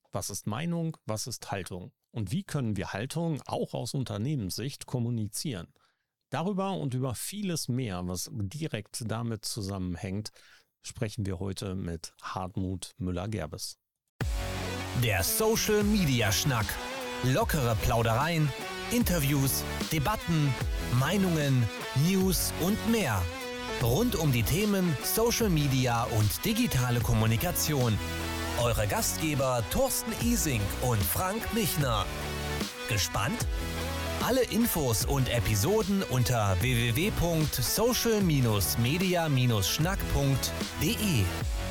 Was ist Meinung? Was ist Haltung? Und wie können wir Haltung auch aus Unternehmenssicht kommunizieren? Darüber und über vieles mehr, was direkt damit zusammenhängt, sprechen wir heute mit Hartmut Müller-Gerbes. Der Social Media Schnack. Lockere Plaudereien, Interviews, Debatten, Meinungen, News und mehr. Rund um die Themen Social Media und digitale Kommunikation. Eure Gastgeber Thorsten Ising und Frank Michner. Gespannt? Alle Infos und Episoden unter www.social-media-schnack.de.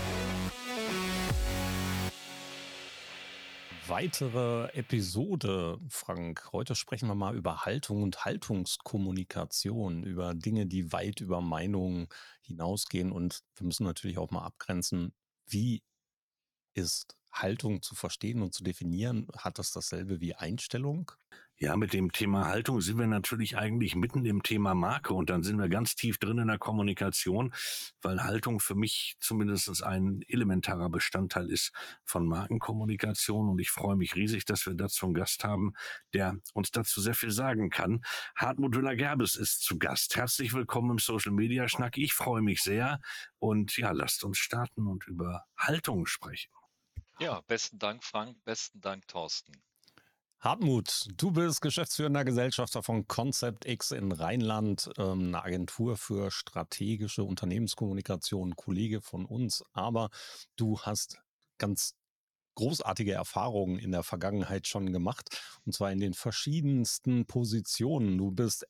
Weitere Episode, Frank. Heute sprechen wir mal über Haltung und Haltungskommunikation, über Dinge, die weit über Meinungen hinausgehen. Und wir müssen natürlich auch mal abgrenzen, wie ist Haltung zu verstehen und zu definieren? Hat das dasselbe wie Einstellung? Ja, mit dem Thema Haltung sind wir natürlich eigentlich mitten im Thema Marke und dann sind wir ganz tief drin in der Kommunikation, weil Haltung für mich zumindest ein elementarer Bestandteil ist von Markenkommunikation und ich freue mich riesig, dass wir dazu einen Gast haben, der uns dazu sehr viel sagen kann. Hartmut Müller-Gerbes ist zu Gast. Herzlich willkommen im Social Media Schnack. Ich freue mich sehr und ja, lasst uns starten und über Haltung sprechen. Ja, besten Dank, Frank. Besten Dank, Thorsten. Hartmut, du bist geschäftsführender Gesellschafter von Concept X in Rheinland, eine Agentur für strategische Unternehmenskommunikation, Kollege von uns, aber du hast ganz großartige Erfahrungen in der Vergangenheit schon gemacht, und zwar in den verschiedensten Positionen. Du bist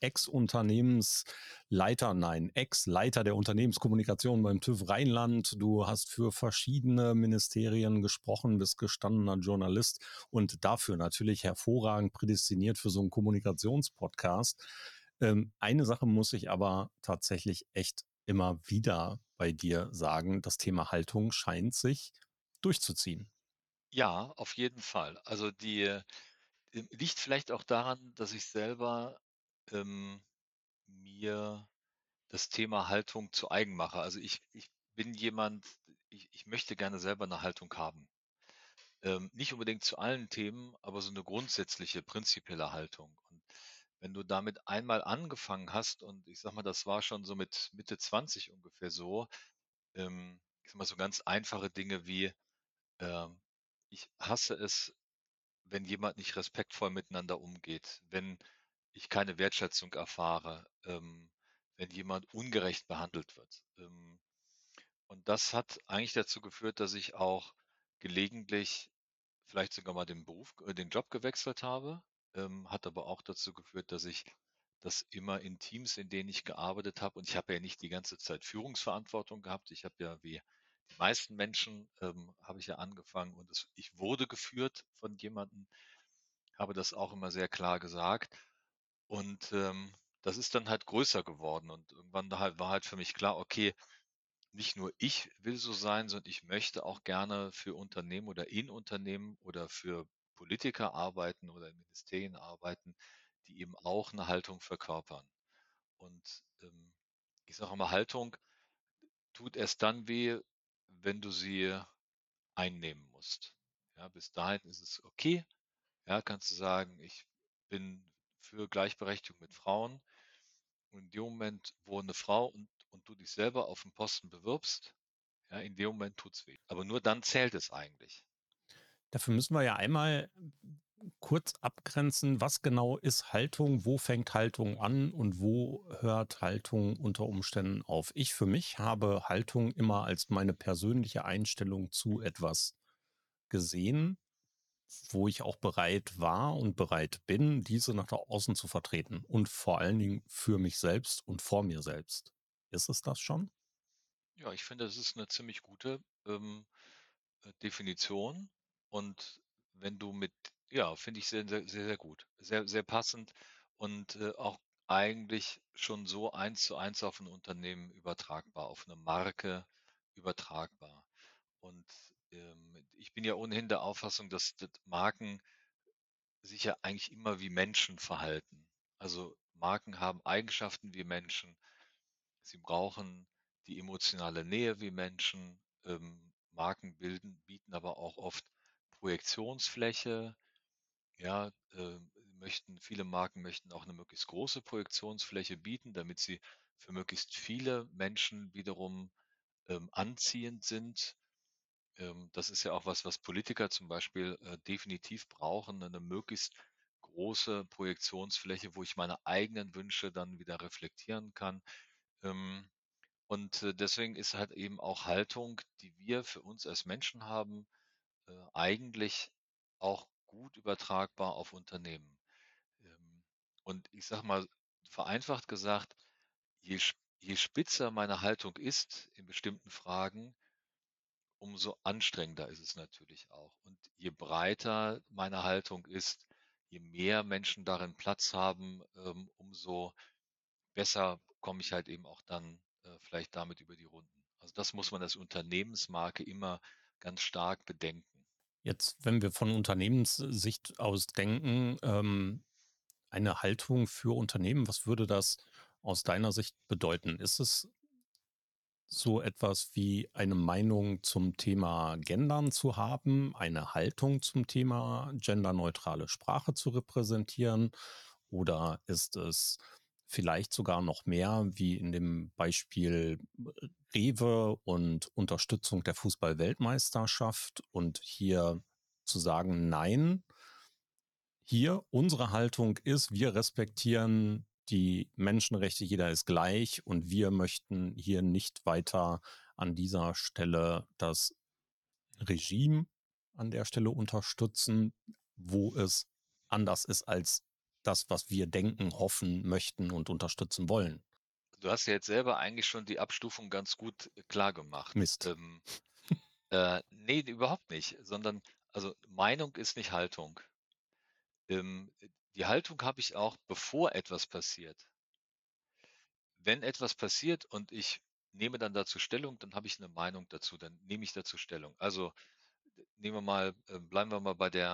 Ex-Leiter der Unternehmenskommunikation beim TÜV Rheinland. Du hast für verschiedene Ministerien gesprochen, bist gestandener Journalist und dafür natürlich hervorragend prädestiniert für so einen Kommunikationspodcast. Eine Sache muss ich aber tatsächlich echt immer wieder bei dir sagen: Das Thema Haltung scheint sich durchzuziehen. Ja, auf jeden Fall. Also liegt vielleicht auch daran, dass ich selber ähm, mir das Thema Haltung zu eigen mache. Also ich bin jemand, ich möchte gerne selber eine Haltung haben. Nicht unbedingt zu allen Themen, aber so eine grundsätzliche, prinzipielle Haltung. Und wenn du damit einmal angefangen hast, und ich sag mal, das war schon so mit Mitte 20 ungefähr so, ich sag mal, so ganz einfache Dinge wie, ähm, ich hasse es, wenn jemand nicht respektvoll miteinander umgeht, wenn ich keine Wertschätzung erfahre, wenn jemand ungerecht behandelt wird. Und das hat eigentlich dazu geführt, dass ich auch gelegentlich vielleicht sogar mal den Job gewechselt habe, hat aber auch dazu geführt, dass ich das immer in Teams, in denen ich gearbeitet habe, und ich habe ja nicht die ganze Zeit Führungsverantwortung gehabt. Ich habe ja wie die meisten Menschen, habe ich ja angefangen und ich wurde geführt von jemandem, habe das auch immer sehr klar gesagt. Und das ist dann halt größer geworden. Und irgendwann war halt für mich klar, okay, nicht nur ich will so sein, sondern ich möchte auch gerne für Unternehmen oder in Unternehmen oder für Politiker arbeiten oder in Ministerien arbeiten, die eben auch eine Haltung verkörpern. Und ich sage immer, Haltung tut erst dann weh, wenn du sie einnehmen musst. Ja, bis dahin ist es okay. Ja, kannst du sagen, ich bin für Gleichberechtigung mit Frauen. Und in dem Moment, wo eine Frau und du dich selber auf den Posten bewirbst, ja, in dem Moment tut's weh. Aber nur dann zählt es eigentlich. Dafür müssen wir ja einmal kurz abgrenzen, was genau ist Haltung, wo fängt Haltung an und wo hört Haltung unter Umständen auf. Ich für mich habe Haltung immer als meine persönliche Einstellung zu etwas gesehen, wo ich auch bereit war und bereit bin, diese nach außen zu vertreten und vor allen Dingen für mich selbst und vor mir selbst. Ist es das schon? Ja, ich finde, das ist eine ziemlich gute Definition. Und wenn du ja, finde ich sehr, sehr, sehr, sehr gut. Sehr, sehr passend und auch eigentlich schon so eins zu eins auf ein Unternehmen übertragbar, auf eine Marke übertragbar. Und ich bin ja ohnehin der Auffassung, dass Marken sich ja eigentlich immer wie Menschen verhalten. Also Marken haben Eigenschaften wie Menschen. Sie brauchen die emotionale Nähe wie Menschen. Marken bieten aber auch oft Projektionsfläche. Ja, viele Marken möchten auch eine möglichst große Projektionsfläche bieten, damit sie für möglichst viele Menschen wiederum anziehend sind. Das ist ja auch was, was Politiker zum Beispiel definitiv brauchen, eine möglichst große Projektionsfläche, wo ich meine eigenen Wünsche dann wieder reflektieren kann. Ähm, deswegen ist halt eben auch Haltung, die wir für uns als Menschen haben, eigentlich auch gut übertragbar auf Unternehmen. Ähm, und ich sage mal, vereinfacht gesagt, je spitzer meine Haltung ist in bestimmten Fragen, umso anstrengender ist es natürlich auch. Und je breiter meine Haltung ist, je mehr Menschen darin Platz haben, umso besser komme ich halt eben auch dann vielleicht damit über die Runden. Also das muss man als Unternehmensmarke immer ganz stark bedenken. Jetzt, wenn wir von Unternehmenssicht aus denken, eine Haltung für Unternehmen, was würde das aus deiner Sicht bedeuten? Ist es so etwas wie eine Meinung zum Thema Gendern zu haben, eine Haltung zum Thema genderneutrale Sprache zu repräsentieren? Oder ist es vielleicht sogar noch mehr wie in dem Beispiel Rewe und Unterstützung der Fußball-Weltmeisterschaft und hier zu sagen, nein, hier unsere Haltung ist, wir respektieren die Menschenrechte, jeder ist gleich und wir möchten hier nicht weiter an dieser Stelle das Regime an der Stelle unterstützen, wo es anders ist als das, was wir denken, hoffen, möchten und unterstützen wollen. Du hast ja jetzt selber eigentlich schon die Abstufung ganz gut klar gemacht. Mist. Nee, überhaupt nicht, sondern also Meinung ist nicht Haltung. Ähm, die Haltung habe ich auch, bevor etwas passiert. Wenn etwas passiert und ich nehme dann dazu Stellung, dann habe ich eine Meinung dazu, dann nehme ich dazu Stellung. Also bleiben wir mal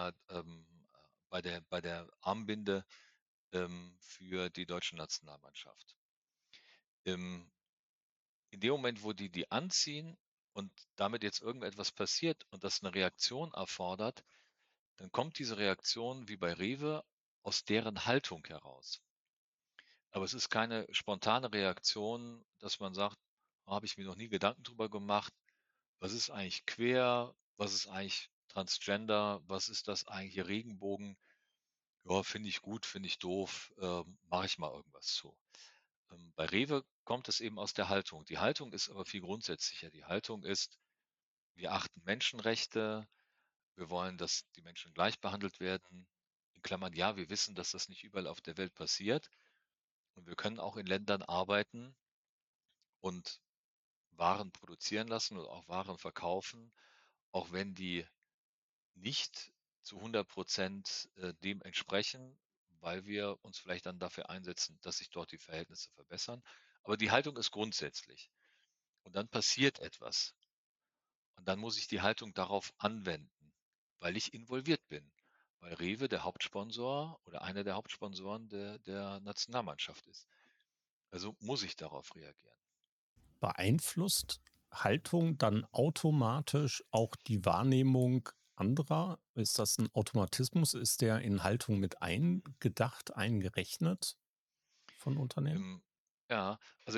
bei der Armbinde für die deutsche Nationalmannschaft. Ähm, in dem Moment, wo die anziehen und damit jetzt irgendetwas passiert und das eine Reaktion erfordert, dann kommt diese Reaktion wie bei Rewe aus deren Haltung heraus. Aber es ist keine spontane Reaktion, dass man sagt: Habe ich mir noch nie Gedanken drüber gemacht, was ist eigentlich quer, was ist eigentlich Transgender, was ist das eigentlich Regenbogen? Ja, finde ich gut, finde ich doof, mache ich mal irgendwas zu. Bei Rewe kommt es eben aus der Haltung. Die Haltung ist aber viel grundsätzlicher. Die Haltung ist, wir achten Menschenrechte, wir wollen, dass die Menschen gleich behandelt werden. In Klammern, ja, wir wissen, dass das nicht überall auf der Welt passiert. Und wir können auch in Ländern arbeiten und Waren produzieren lassen oder auch Waren verkaufen, auch wenn die nicht zu 100% dem entsprechen, weil wir uns vielleicht dann dafür einsetzen, dass sich dort die Verhältnisse verbessern. Aber die Haltung ist grundsätzlich. Und dann passiert etwas. Und dann muss ich die Haltung darauf anwenden, weil ich involviert bin. Weil Rewe der Hauptsponsor oder einer der Hauptsponsoren der Nationalmannschaft ist. Also muss ich darauf reagieren. Beeinflusst Haltung dann automatisch auch die Wahrnehmung anderer? Ist das ein Automatismus? Ist der in Haltung mit eingedacht, eingerechnet von Unternehmen? Ähm, ja, also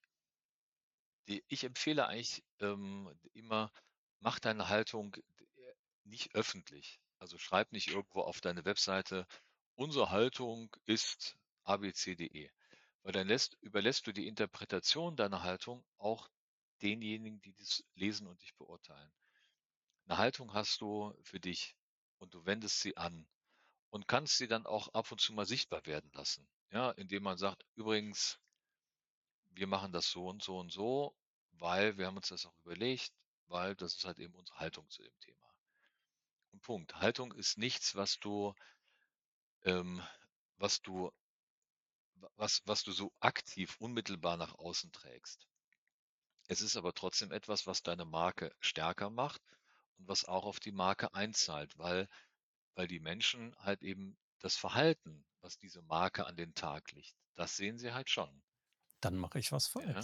ich empfehle eigentlich immer, mach deine Haltung nicht öffentlich. Also schreib nicht irgendwo auf deine Webseite, unsere Haltung ist ABCDE. Weil dann überlässt du die Interpretation deiner Haltung auch denjenigen, die das lesen und dich beurteilen. Eine Haltung hast du für dich und du wendest sie an und kannst sie dann auch ab und zu mal sichtbar werden lassen. Ja, indem man sagt, übrigens, wir machen das so und so und so, weil wir haben uns das auch überlegt, weil das ist halt eben unsere Haltung zu dem Thema. Und Punkt. Haltung ist nichts, ähm, was du, was du so aktiv unmittelbar nach außen trägst. Es ist aber trotzdem etwas, was deine Marke stärker macht und was auch auf die Marke einzahlt, weil die Menschen halt eben das Verhalten, was diese Marke an den Tag legt, das sehen sie halt schon. Dann mache ich was Ja, falsch.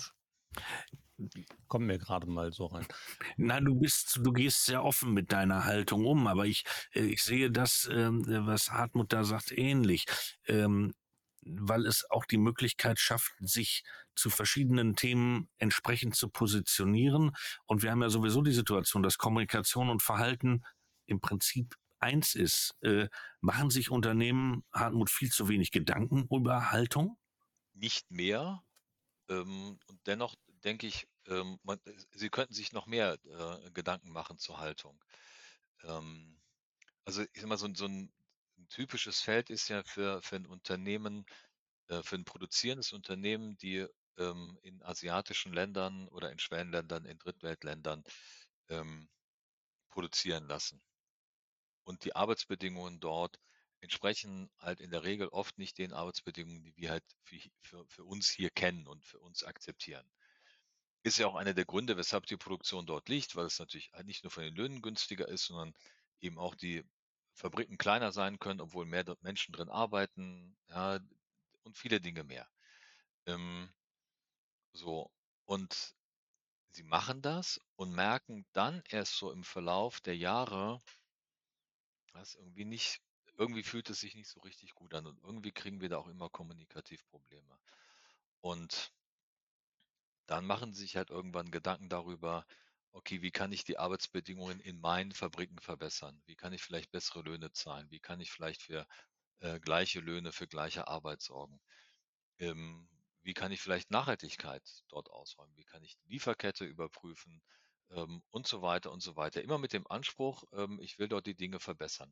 Kommt mir gerade mal so rein. Na, du gehst sehr offen mit deiner Haltung um, aber ich sehe das, was Hartmut da sagt, ähnlich, ähm, weil es auch die Möglichkeit schafft, sich zu verschiedenen Themen entsprechend zu positionieren. Und wir haben ja sowieso die Situation, dass Kommunikation und Verhalten im Prinzip eins ist. Machen sich Unternehmen, Hartmut, viel zu wenig Gedanken über Haltung? Nicht mehr. Und dennoch denke ich, sie könnten sich noch mehr Gedanken machen zur Haltung. Ähm, also ich sag mal, ein typisches Feld ist ja für ein Unternehmen, für ein produzierendes Unternehmen, die in asiatischen Ländern oder in Schwellenländern, in Drittweltländern ähm, produzieren lassen. Und die Arbeitsbedingungen dort entsprechen halt in der Regel oft nicht den Arbeitsbedingungen, die wir halt für uns hier kennen und für uns akzeptieren. Ist ja auch einer der Gründe, weshalb die Produktion dort liegt, weil es natürlich halt nicht nur von den Löhnen günstiger ist, sondern eben auch die Fabriken kleiner sein können, obwohl mehr dort Menschen drin arbeiten, ja, und viele Dinge mehr. Ähm, so. Und sie machen das und merken dann erst so im Verlauf der Jahre, was irgendwie fühlt es sich nicht so richtig gut an und irgendwie kriegen wir da auch immer kommunikativ Probleme. Und dann machen sie sich halt irgendwann Gedanken darüber, okay, wie kann ich die Arbeitsbedingungen in meinen Fabriken verbessern? Wie kann ich vielleicht bessere Löhne zahlen? Wie kann ich vielleicht für gleiche Löhne für gleiche Arbeit sorgen? Ähm, Wie kann ich vielleicht Nachhaltigkeit dort ausräumen? Wie kann ich die Lieferkette überprüfen? Und so weiter und so weiter. Immer mit dem Anspruch, ich will dort die Dinge verbessern.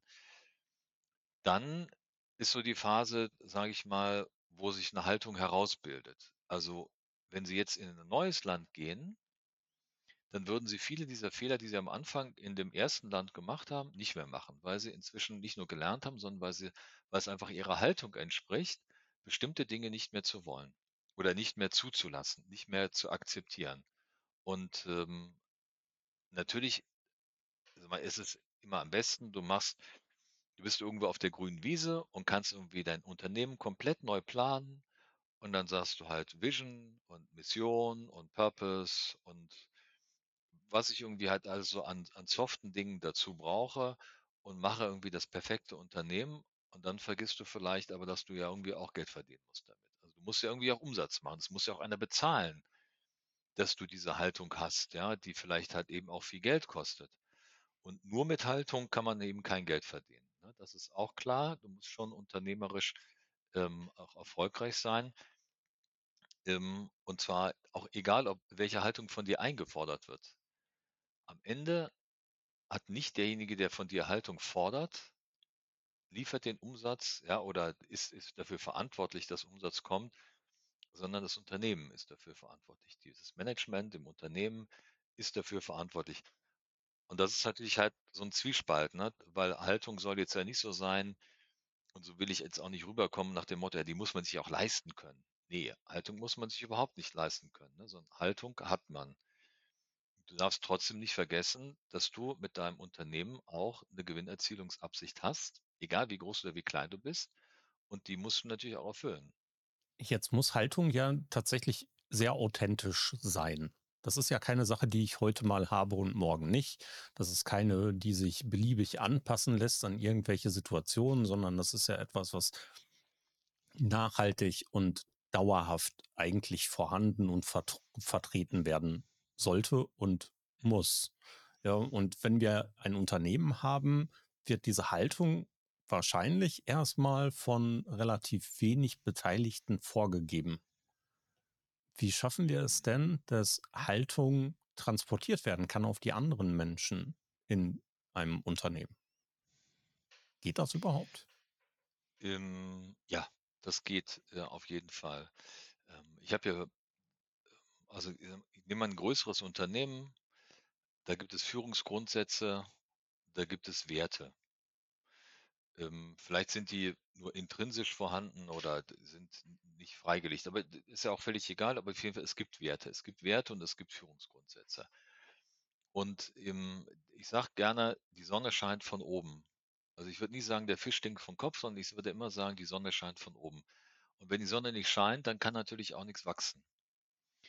Dann ist so die Phase, sage ich mal, wo sich eine Haltung herausbildet. Also wenn Sie jetzt in ein neues Land gehen, dann würden Sie viele dieser Fehler, die Sie am Anfang in dem ersten Land gemacht haben, nicht mehr machen, weil Sie inzwischen nicht nur gelernt haben, sondern weil es einfach Ihrer Haltung entspricht, bestimmte Dinge nicht mehr zu wollen oder nicht mehr zuzulassen, nicht mehr zu akzeptieren. Und natürlich, also mal, ist es immer am besten, du bist irgendwo auf der grünen Wiese und kannst irgendwie dein Unternehmen komplett neu planen und dann sagst du halt Vision und Mission und Purpose und was ich irgendwie halt alles so an soften Dingen dazu brauche und mache irgendwie das perfekte Unternehmen und dann vergisst du vielleicht aber, dass du ja irgendwie auch Geld verdienen musst damit. Also du musst ja irgendwie auch Umsatz machen. Es muss ja auch einer bezahlen, dass du diese Haltung hast, ja, die vielleicht halt eben auch viel Geld kostet. Und nur mit Haltung kann man eben kein Geld verdienen. Ne? Das ist auch klar. Du musst schon unternehmerisch auch erfolgreich sein. Und zwar auch egal, ob welche Haltung von dir eingefordert wird. Am Ende hat nicht derjenige, der von dir Haltung fordert, liefert den Umsatz, ja, oder ist dafür verantwortlich, dass Umsatz kommt, sondern das Unternehmen ist dafür verantwortlich. Dieses Management im Unternehmen ist dafür verantwortlich. Und das ist natürlich halt so ein Zwiespalt, ne? Weil Haltung soll jetzt ja nicht so sein, und so will ich jetzt auch nicht rüberkommen nach dem Motto, ja, die muss man sich auch leisten können. Nee, Haltung muss man sich überhaupt nicht leisten können, ne? Sondern Haltung hat man. Du darfst trotzdem nicht vergessen, dass du mit deinem Unternehmen auch eine Gewinnerzielungsabsicht hast, egal wie groß oder wie klein du bist. Und die musst du natürlich auch erfüllen. Jetzt muss Haltung ja tatsächlich sehr authentisch sein. Das ist ja keine Sache, die ich heute mal habe und morgen nicht. Das ist keine, die sich beliebig anpassen lässt an irgendwelche Situationen, sondern das ist ja etwas, was nachhaltig und dauerhaft eigentlich vorhanden und vertreten werden sollte und muss. Ja, und wenn wir ein Unternehmen haben, wird diese Haltung wahrscheinlich erstmal von relativ wenig Beteiligten vorgegeben. Wie schaffen wir es denn, dass Haltung transportiert werden kann auf die anderen Menschen in einem Unternehmen? Geht das überhaupt? Ja, das geht auf jeden Fall. Ich habe ja, also ich nehme mal ein größeres Unternehmen, da gibt es Führungsgrundsätze, da gibt es Werte. Vielleicht sind die nur intrinsisch vorhanden oder sind nicht freigelegt, aber ist ja auch völlig egal, aber auf jeden Fall, es gibt Werte. Es gibt Werte und es gibt Führungsgrundsätze. Und ich sage gerne, die Sonne scheint von oben. Also ich würde nie sagen, der Fisch stinkt vom Kopf, sondern ich würde immer sagen, die Sonne scheint von oben. Und wenn die Sonne nicht scheint, dann kann natürlich auch nichts wachsen.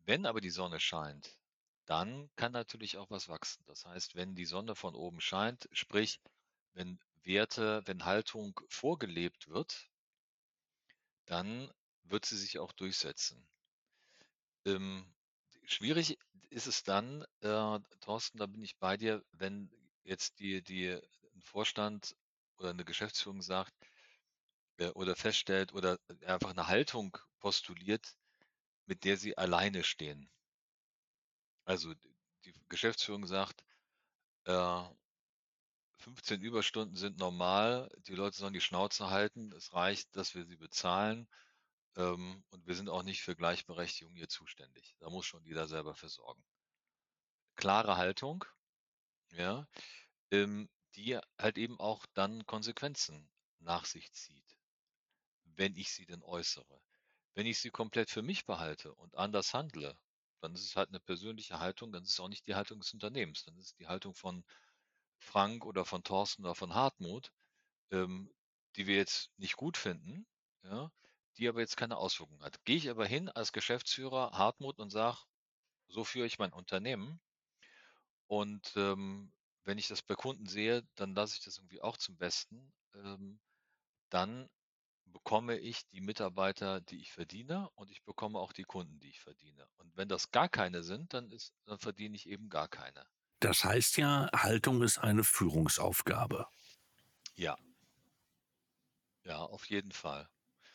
Wenn aber die Sonne scheint, dann kann natürlich auch was wachsen. Das heißt, wenn die Sonne von oben scheint, sprich, wenn Haltung vorgelebt wird, dann wird sie sich auch durchsetzen. Ähm, Schwierig ist es dann, Thorsten, da bin ich bei dir, wenn jetzt ein Vorstand oder eine Geschäftsführung sagt, oder feststellt oder einfach eine Haltung postuliert, mit der sie alleine stehen. Also die Geschäftsführung sagt, äh, 15 Überstunden sind normal, die Leute sollen die Schnauze halten, es reicht, dass wir sie bezahlen, und wir sind auch nicht für Gleichberechtigung hier zuständig. Da muss schon jeder selber für sorgen. Klare Haltung, ja, die halt eben auch dann Konsequenzen nach sich zieht, wenn ich sie denn äußere. Wenn ich sie komplett für mich behalte und anders handle, dann ist es halt eine persönliche Haltung, dann ist es auch nicht die Haltung des Unternehmens, dann ist es die Haltung von Frank oder von Thorsten oder von Hartmut, ähm, die wir jetzt nicht gut finden, ja, die aber jetzt keine Auswirkungen hat. Gehe ich aber hin als Geschäftsführer Hartmut und sage, so führe ich mein Unternehmen, und wenn ich das bei Kunden sehe, dann lasse ich das irgendwie auch zum Besten. Dann bekomme ich die Mitarbeiter, die ich verdiene, und ich bekomme auch die Kunden, die ich verdiene. Und wenn das gar keine sind, dann verdiene ich eben gar keine. Das heißt ja, Haltung ist eine Führungsaufgabe. Ja, ja, auf jeden Fall.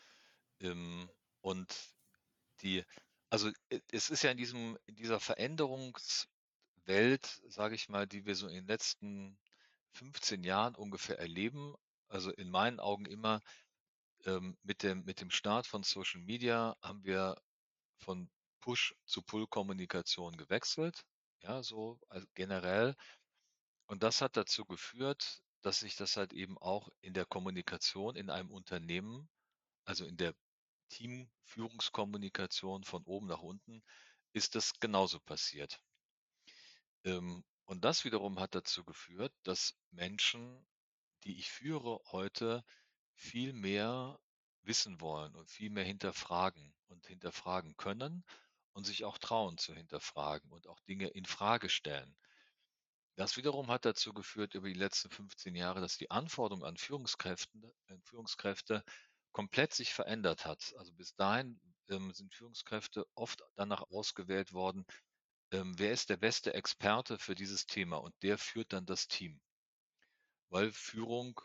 Und die, also es ist ja in dieser Veränderungswelt, sage ich mal, die wir so in den letzten 15 Jahren ungefähr erleben, also in meinen Augen immer, mit dem Start von Social Media haben wir von Push zu Pull-Kommunikation gewechselt, ja, so generell. Und das hat dazu geführt, dass sich das halt eben auch in der Kommunikation in einem Unternehmen, also in der Teamführungskommunikation von oben nach unten, ist das genauso passiert. Und das wiederum hat dazu geführt, dass Menschen, die ich führe, heute viel mehr wissen wollen und viel mehr hinterfragen und hinterfragen können und sich auch trauen zu hinterfragen und auch Dinge in Frage stellen. Das wiederum hat dazu geführt über die letzten 15 Jahre, dass die Anforderung an Führungskräfte komplett sich verändert hat. Also bis dahin sind Führungskräfte oft danach ausgewählt worden, wer ist der beste Experte für dieses Thema, und der führt dann das Team. Weil Führung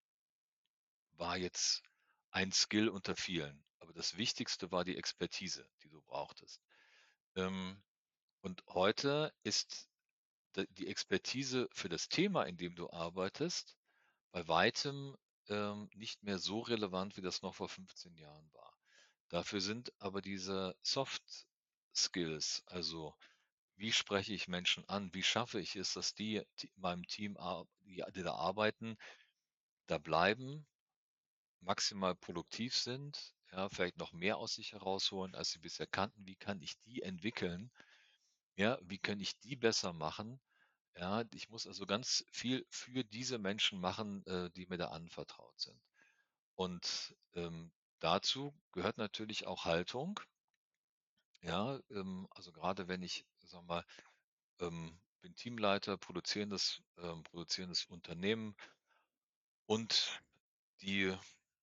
war jetzt ein Skill unter vielen, aber das Wichtigste war die Expertise, die du brauchtest. Ähm, und heute ist die Expertise für das Thema, in dem du arbeitest, bei weitem nicht mehr so relevant, wie das noch vor 15 Jahren war. Dafür sind aber diese Soft Skills, also wie spreche ich Menschen an, wie schaffe ich es, dass die in meinem Team, die da arbeiten, da bleiben, maximal produktiv sind, ja, vielleicht noch mehr aus sich herausholen, als sie bisher kannten. Wie kann ich die entwickeln? Ja, wie kann ich die besser machen? Ja, ich muss also ganz viel für diese Menschen machen, die mir da anvertraut sind. Und dazu gehört natürlich auch Haltung. Ja, also gerade wenn ich, sag mal, bin Teamleiter, produzierendes Unternehmen, und die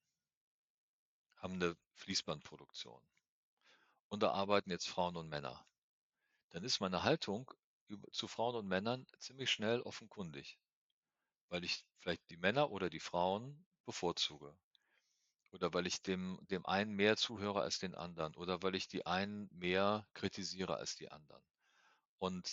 haben eine Fließbandproduktion. Und da arbeiten jetzt Frauen und Männer. Dann ist meine Haltung zu Frauen und Männern ziemlich schnell offenkundig, weil ich vielleicht die Männer oder die Frauen bevorzuge. Oder weil ich dem einen mehr zuhöre als den anderen. Oder weil ich die einen mehr kritisiere als die anderen. Und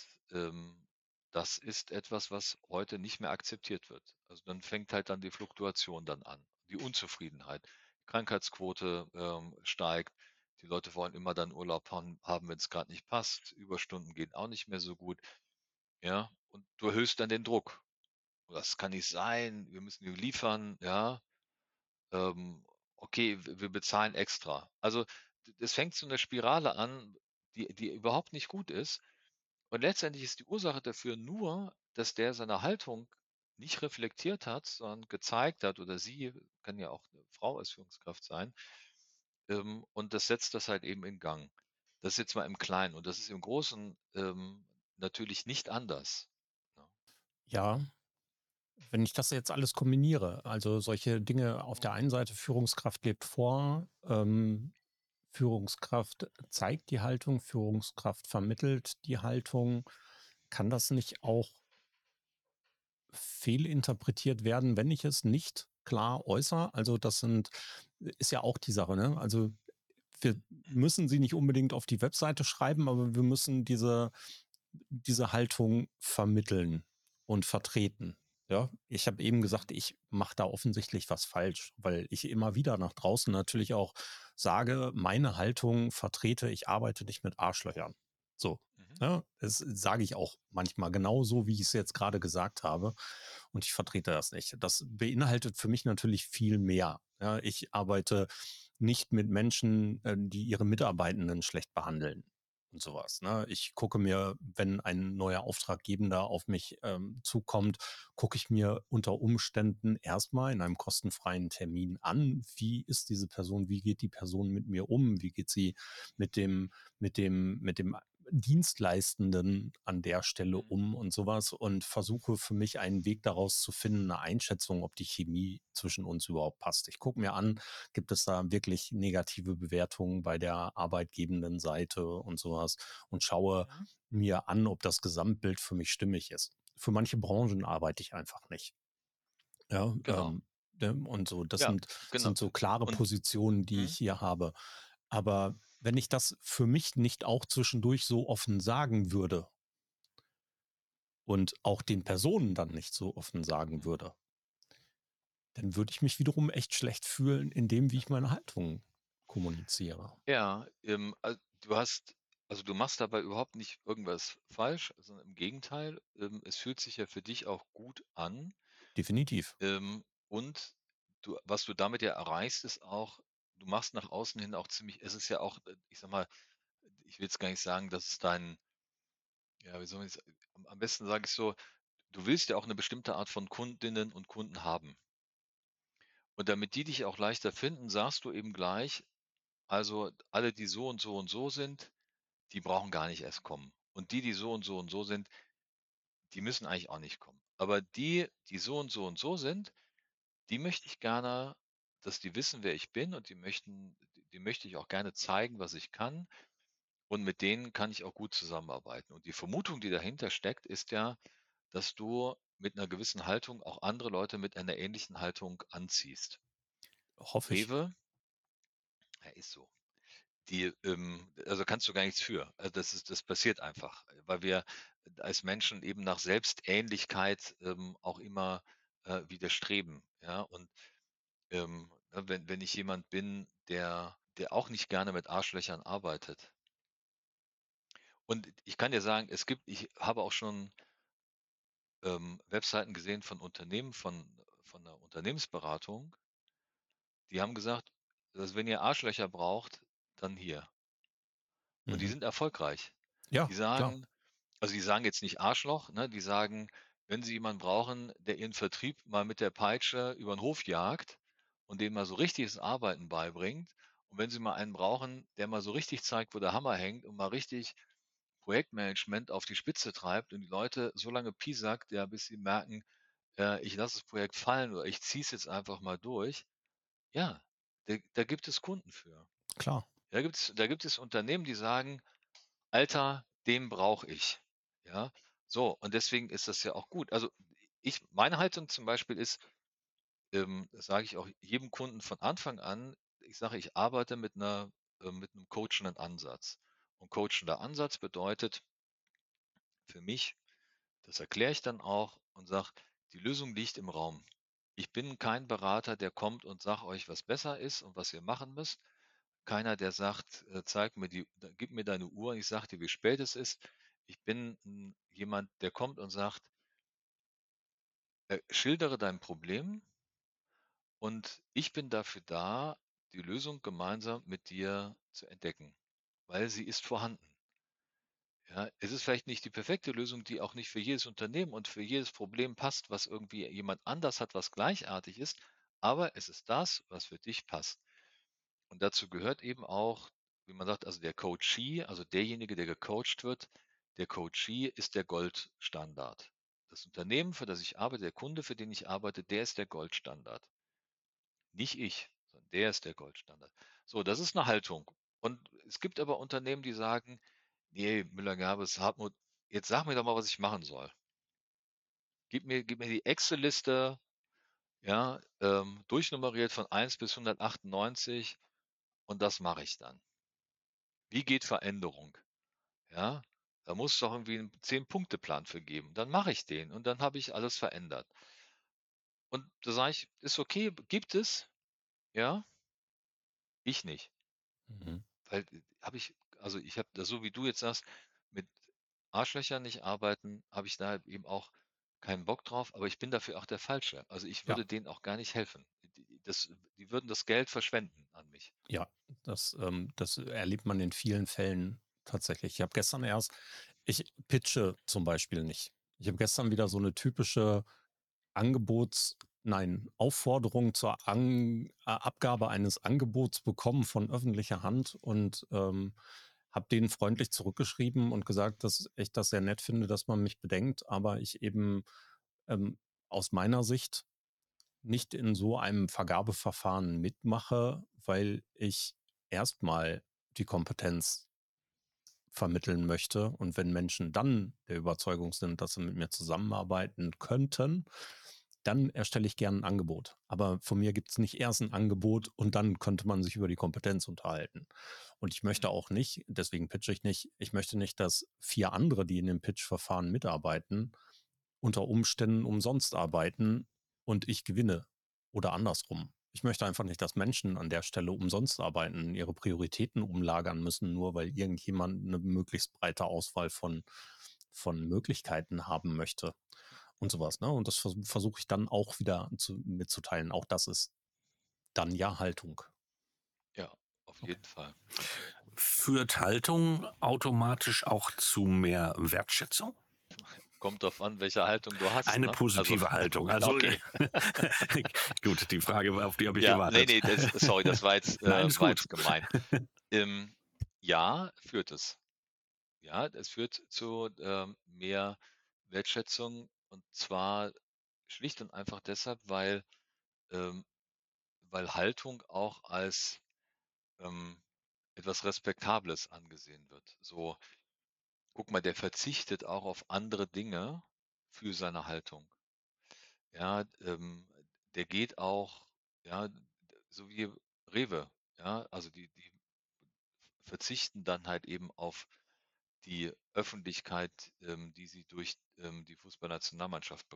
das ist etwas, was heute nicht mehr akzeptiert wird. Also dann fängt halt dann die Fluktuation dann an, die Unzufriedenheit. Krankheitsquote steigt. Die Leute wollen immer dann Urlaub haben, wenn es gerade nicht passt. Überstunden gehen auch nicht mehr so gut. Ja, und du erhöhst dann den Druck. Das kann nicht sein. Wir müssen liefern. Ja, ähm, okay, wir bezahlen extra. Also es fängt so eine Spirale an, die überhaupt nicht gut ist. Und letztendlich ist die Ursache dafür nur, dass der seine Haltung nicht reflektiert hat, sondern gezeigt hat, oder sie, kann ja auch eine Frau als Führungskraft sein, und das setzt das halt eben in Gang. Das ist jetzt mal im Kleinen und das ist im Großen, natürlich nicht anders, ne? Ja, wenn ich das jetzt alles kombiniere, also solche Dinge auf der Mhm, einen Seite, Führungskraft lebt vor, Führungskraft zeigt die Haltung, Führungskraft vermittelt die Haltung. Kann das nicht auch fehlinterpretiert werden, wenn ich es nicht klar äußere? Also das ist ja auch die Sache, ne? Also wir müssen sie nicht unbedingt auf die Webseite schreiben, aber wir müssen diese Haltung vermitteln und vertreten. Ja, ich habe eben mhm, gesagt, ich mache da offensichtlich was falsch, weil ich immer wieder nach draußen natürlich auch sage, meine Haltung vertrete, ich arbeite nicht mit Arschlöchern. So, mhm. ja, das sage ich auch manchmal genauso, wie ich es jetzt gerade gesagt habe. Und ich vertrete das nicht. Das beinhaltet für mich natürlich viel mehr. Ja, ich arbeite nicht mit Menschen, die ihre Mitarbeitenden schlecht behandeln und sowas. Ne? Ich gucke mir, wenn ein neuer Auftraggebender auf mich zukommt, gucke ich mir unter Umständen erstmal in einem kostenfreien Termin an, wie ist diese Person, wie geht die Person mit mir um, wie geht sie mit dem Dienstleistenden an der Stelle Mhm. um und sowas und versuche für mich einen Weg daraus zu finden, eine Einschätzung, ob die Chemie zwischen uns überhaupt passt. Ich gucke mir an, gibt es da wirklich negative Bewertungen bei der arbeitgebenden Seite und sowas und schaue Mhm. mir an, ob das Gesamtbild für mich stimmig ist. Für manche Branchen arbeite ich einfach nicht. Ja, Genau. und so, das Ja, genau. sind so klare Und Positionen, die ich mhm, hier habe. Aber wenn ich das für mich nicht auch zwischendurch so offen sagen würde und auch den Personen dann nicht so offen sagen mhm. würde, dann würde ich mich wiederum echt schlecht fühlen in dem, wie ich meine Haltung kommuniziere. Ja, du machst dabei überhaupt nicht irgendwas falsch, sondern im Gegenteil, es fühlt sich ja für dich auch gut an, Definitiv. und was du damit ja erreichst, ist auch, du machst nach außen hin auch ziemlich, es ist ja auch, ich sage mal, ich will jetzt gar nicht sagen, dass es dein, ja, wie soll man das, am besten sage ich so, du willst ja auch eine bestimmte Art von Kundinnen und Kunden haben. Und damit die dich auch leichter finden, sagst du eben gleich: „Also, alle, die so und so und so sind, die brauchen gar nicht erst kommen. Und die, die so und so und so sind, die müssen eigentlich auch nicht kommen. Aber die, die so und so und so sind, die möchte ich gerne, dass die wissen, wer ich bin, und die möchte ich auch gerne zeigen, was ich kann, und mit denen kann ich auch gut zusammenarbeiten.“ Und die Vermutung, die dahinter steckt, ist ja, dass du mit einer gewissen Haltung auch andere Leute mit einer ähnlichen Haltung anziehst. Hoffe ich. Rewe, ja, ist so. Also kannst du gar nichts für. Also das passiert einfach, weil wir als Menschen eben nach Selbstähnlichkeit auch immer widerstreben. Ja, und wenn ich jemand bin, der auch nicht gerne mit Arschlöchern arbeitet. Und ich kann dir sagen, ich habe auch schon Webseiten gesehen von Unternehmen, von einer Unternehmensberatung, die haben gesagt, dass wenn ihr Arschlöcher braucht, dann hier. Und die Mhm. sind erfolgreich. Ja, Die klar, sagen, Also, die sagen jetzt nicht Arschloch, ne? Die sagen, wenn sie jemanden brauchen, der ihren Vertrieb mal mit der Peitsche über 'n Hof jagt und denen mal so richtiges Arbeiten beibringt, und wenn sie mal einen brauchen, der mal so richtig zeigt, wo der Hammer hängt, und mal richtig Projektmanagement auf die Spitze treibt und die Leute so lange piesackt, ja, bis sie merken, „Ich lasse das Projekt fallen oder ich ziehe es jetzt einfach mal durch.“ Ja, da gibt es Kunden für. klar. Da gibt es Unternehmen, die sagen: „Alter, den brauche ich.“ Ja, so, und deswegen ist das ja auch gut. Also, meine Haltung zum Beispiel ist, das sage ich auch jedem Kunden von Anfang an, ich sage, ich arbeite mit einem coachenden Ansatz. Und coachender Ansatz bedeutet für mich, das erkläre ich dann auch und sage: „Die Lösung liegt im Raum.“ Ich bin kein Berater, der kommt und sagt euch, was besser ist und was ihr machen müsst. Keiner, der sagt, gib mir deine Uhr, ich sage dir, wie spät es ist. Ich bin jemand, der kommt und sagt, schildere dein Problem, und ich bin dafür da, die Lösung gemeinsam mit dir zu entdecken, weil sie ist vorhanden. Ja, es ist vielleicht nicht die perfekte Lösung, die auch nicht für jedes Unternehmen und für jedes Problem passt, was irgendwie jemand anders hat, was gleichartig ist, aber es ist das, was für dich passt. Und dazu gehört eben auch wie man sagt, also der Coachee, also derjenige, der gecoacht wird, der Coachee ist der Goldstandard. Das Unternehmen, für das ich arbeite, der Kunde, für den ich arbeite, der ist der Goldstandard. Nicht ich, sondern der ist der Goldstandard. So, das ist eine Haltung. Und es gibt aber Unternehmen, die sagen, nee, Müller-Gerbes, Hartmut, jetzt sag mir doch mal, was ich machen soll. Gib mir die Excel-Liste, ja, durchnummeriert von 1 bis 198 und das mache ich dann. Wie geht Veränderung? Ja, da muss es doch irgendwie einen 10-Punkte-Plan für geben. Dann mache ich den und dann habe ich alles verändert. Und da sage ich, ist okay, gibt es? Ja, ich nicht. Mhm. Weil also ich habe das so wie du jetzt sagst, mit Arschlöchern nicht arbeiten, habe ich da eben auch keinen Bock drauf, aber ich bin dafür auch der Falsche. Also ich Ja, würde denen auch gar nicht helfen. Die würden das Geld verschwenden an mich. ja, das erlebt man in vielen Fällen tatsächlich. Ich pitche zum Beispiel nicht. Ich habe gestern wieder so eine typische Aufforderung zur Abgabe eines Angebots bekommen von öffentlicher Hand und habe denen freundlich zurückgeschrieben und gesagt, dass ich das sehr nett finde, dass man mich bedenkt, aber ich eben ähm, aus meiner Sicht nicht in so einem Vergabeverfahren mitmache, weil ich erstmal die Kompetenz vermitteln möchte. Und wenn Menschen dann der Überzeugung sind, dass sie mit mir zusammenarbeiten könnten, dann erstelle ich gerne ein Angebot. Aber von mir gibt es nicht erst ein Angebot und dann könnte man sich über die Kompetenz unterhalten. Und ich möchte Hm. auch nicht, deswegen pitche ich nicht, ich möchte nicht, dass 4 andere, die in dem Pitch-Verfahren mitarbeiten, unter Umständen umsonst arbeiten und ich gewinne oder andersrum. Ich möchte einfach nicht, dass Menschen an der Stelle umsonst arbeiten, ihre Prioritäten umlagern müssen, nur weil irgendjemand eine möglichst breite Auswahl von Möglichkeiten haben möchte und sowas. Ne? Und das versuche ich dann auch wieder mitzuteilen. Auch das ist dann ja Haltung. Ja, auf Okay. jeden Fall. Führt Haltung automatisch auch zu mehr Wertschätzung? Kommt drauf an, welche Haltung du hast, Eine ne? Also, positive Haltung. Also okay. gut, die Frage, auf die habe ich Ja, nee, gewartet. nee, sorry, das Nein, ist war gut. jetzt gemein. Ja, führt es. Ja, es führt zu mehr Wertschätzung und zwar schlicht und einfach deshalb, ähm, weil Haltung auch als ähm, etwas Respektables angesehen wird. So, guck mal, der verzichtet auch auf andere Dinge für seine Haltung. Ja, der geht auch, ja, so wie Rewe, ja, also die verzichten dann halt eben auf die Öffentlichkeit, die sie durch die Fußballnationalmannschaft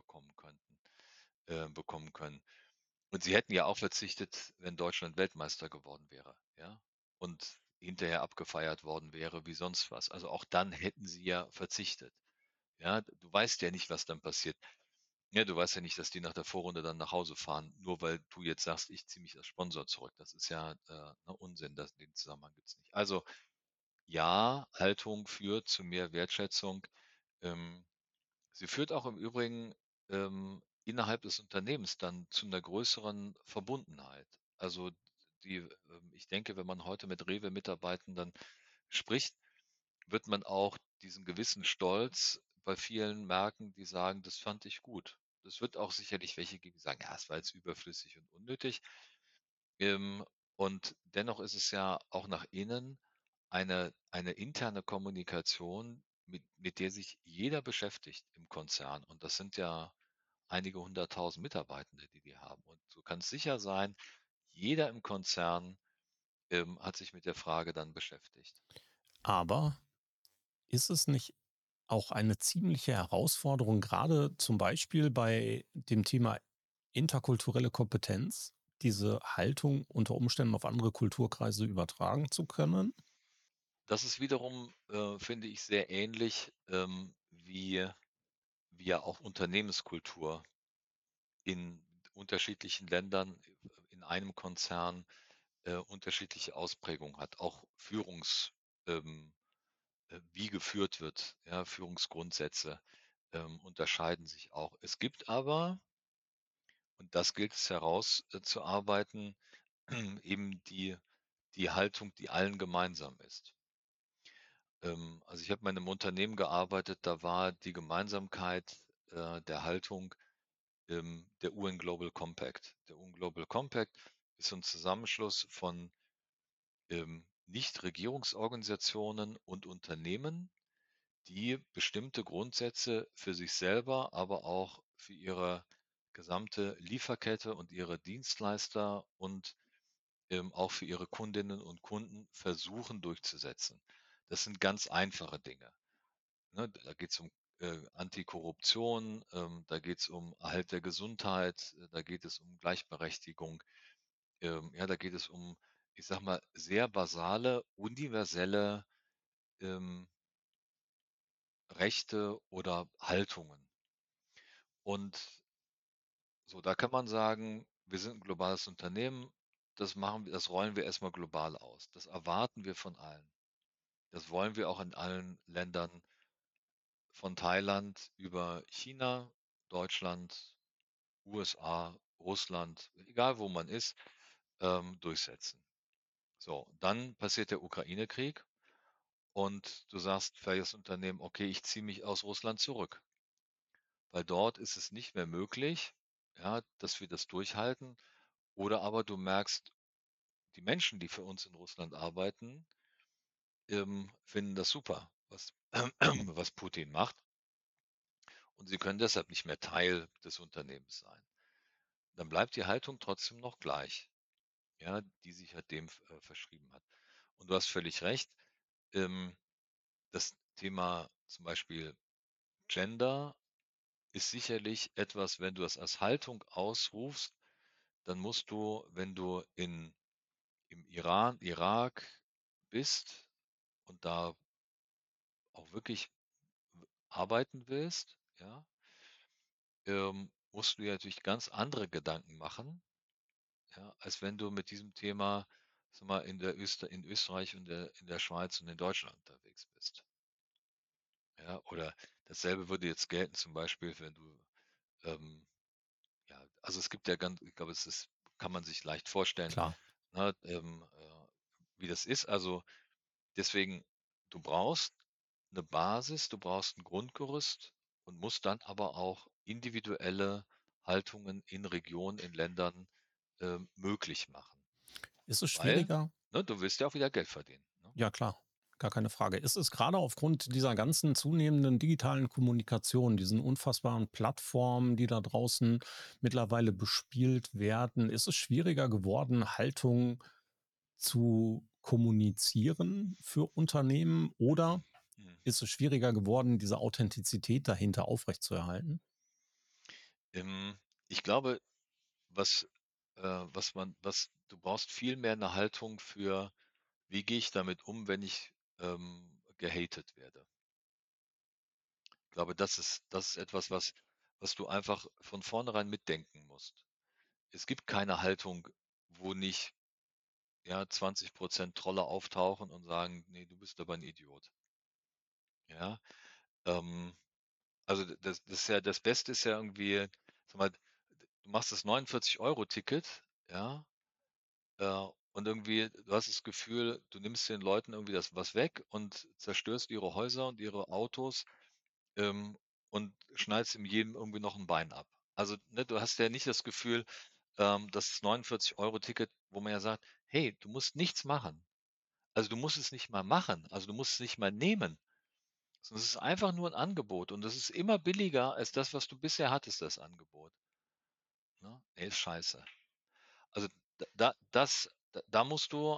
bekommen können. Und sie hätten ja auch verzichtet, wenn Deutschland Weltmeister geworden wäre, ja, und hinterher abgefeiert worden wäre wie sonst was. Also auch dann hätten sie ja verzichtet. Ja, du weißt ja nicht, was dann passiert. Ja, du weißt ja nicht, dass die nach der Vorrunde dann nach Hause fahren, nur weil du jetzt sagst, ich ziehe mich als Sponsor zurück. Das ist ja Unsinn, den Zusammenhang gibt's nicht. Also ja, Haltung führt zu mehr Wertschätzung. Ähm, Sie führt auch im Übrigen innerhalb des Unternehmens dann zu einer größeren Verbundenheit. Also ich denke, wenn man heute mit Rewe-Mitarbeitenden spricht, wird man auch diesen gewissen Stolz bei vielen merken, die sagen, das fand ich gut. Es wird auch sicherlich welche geben, die sagen, ja, es war jetzt überflüssig und unnötig. Ähm, und dennoch ist es ja auch nach innen eine interne Kommunikation, mit der sich jeder beschäftigt im Konzern. Und das sind ja einige 100.000 Mitarbeitende, die haben. Und du kannst sicher sein, jeder im Konzern hat sich mit der Frage dann beschäftigt. Aber ist es nicht auch eine ziemliche Herausforderung, gerade zum Beispiel bei dem Thema interkulturelle Kompetenz, diese Haltung unter Umständen auf andere Kulturkreise übertragen zu können? Das ist wiederum, finde ich, sehr ähnlich wie ja auch Unternehmenskultur in unterschiedlichen Ländern in einem Konzern unterschiedliche Ausprägungen hat. Auch ähm, wie geführt wird, ja, Führungsgrundsätze unterscheiden sich auch. Es gibt aber, und das gilt es herauszuarbeiten, eben die Haltung, die allen gemeinsam ist. Also ich habe mal in einem Unternehmen gearbeitet, da war die Gemeinsamkeit der Haltung der UN Global Compact. Der UN Global Compact ist so ein Zusammenschluss von Nichtregierungsorganisationen und Unternehmen, die bestimmte Grundsätze für sich selber, aber auch für ihre gesamte Lieferkette und ihre Dienstleister und auch für ihre Kundinnen und Kunden versuchen durchzusetzen. Das sind ganz einfache Dinge. Ne? Da geht es um Antikorruption, da geht es um Erhalt der Gesundheit, da geht es um Gleichberechtigung, ja, da geht es um, ich sag mal, sehr basale, universelle ähm, Rechte oder Haltungen. Und so, da kann man sagen, wir sind ein globales Unternehmen, das rollen wir erstmal global aus. Das erwarten wir von allen. Das wollen wir auch in allen Ländern von Thailand über China, Deutschland, USA, Russland, egal wo man ist, durchsetzen. So, dann passiert der Ukraine-Krieg und du sagst für das Unternehmen, okay, ich ziehe mich aus Russland zurück, weil dort ist es nicht mehr möglich, ja, dass wir das durchhalten. Oder aber du merkst, die Menschen, die für uns in Russland arbeiten, finden das super, was Putin macht. Und sie können deshalb nicht mehr Teil des Unternehmens sein. Dann bleibt die Haltung trotzdem noch gleich, ja, die sich halt dem verschrieben hat. Und du hast völlig recht. Ähm, Das Thema zum Beispiel Gender ist sicherlich etwas, wenn du das als Haltung ausrufst, dann musst du, wenn du im Iran, Irak bist und da auch wirklich arbeiten willst, ja, musst du dir natürlich ganz andere Gedanken machen, ja, als wenn du mit diesem Thema, sag mal, in Österreich und in der Schweiz und in Deutschland unterwegs bist. Ja, oder dasselbe würde jetzt gelten, zum Beispiel, wenn du, ähm, ja, also es gibt ja ganz, ich glaube, kann man sich leicht vorstellen, Klar. ne, wie das ist. Also deswegen, du brauchst eine Basis, du brauchst ein Grundgerüst und musst dann aber auch individuelle Haltungen in Regionen, in Ländern möglich machen. Ist es Weil, schwieriger? ne, du willst ja auch wieder Geld verdienen. Ne? Ja, klar, gar keine Frage. Ist es gerade aufgrund dieser ganzen zunehmenden digitalen Kommunikation, diesen unfassbaren Plattformen, die da draußen mittlerweile bespielt werden, ist es schwieriger geworden, Haltung zu kommunizieren für Unternehmen oder Hm. ist es schwieriger geworden, diese Authentizität dahinter aufrechtzuerhalten? Ähm, Ich glaube, was, du brauchst viel mehr eine Haltung für, wie gehe ich damit um, wenn ich gehatet werde. Ich glaube, das ist etwas, was du einfach von vornherein mitdenken musst. Es gibt keine Haltung, wo nicht, ja, 20% Trolle auftauchen und sagen, nee, du bist aber ein Idiot. Ja, ähm, also das ist ja, das Beste ist ja irgendwie, sag mal, du machst das 49-Euro-Ticket, ja, und irgendwie, du hast das Gefühl, du nimmst den Leuten irgendwie das was weg und zerstörst ihre Häuser und ihre Autos, ähm, und schneidest ihm jedem irgendwie noch ein Bein ab. Also, ne, du hast ja nicht das Gefühl, das 49-Euro-Ticket, wo man ja sagt, hey, du musst nichts machen. Also du musst es nicht mal machen, also du musst es nicht mal nehmen. Sondern es ist einfach nur ein Angebot und das ist immer billiger als das, was du bisher hattest, das Angebot. Ne? Nee, ist scheiße. Also da musst du,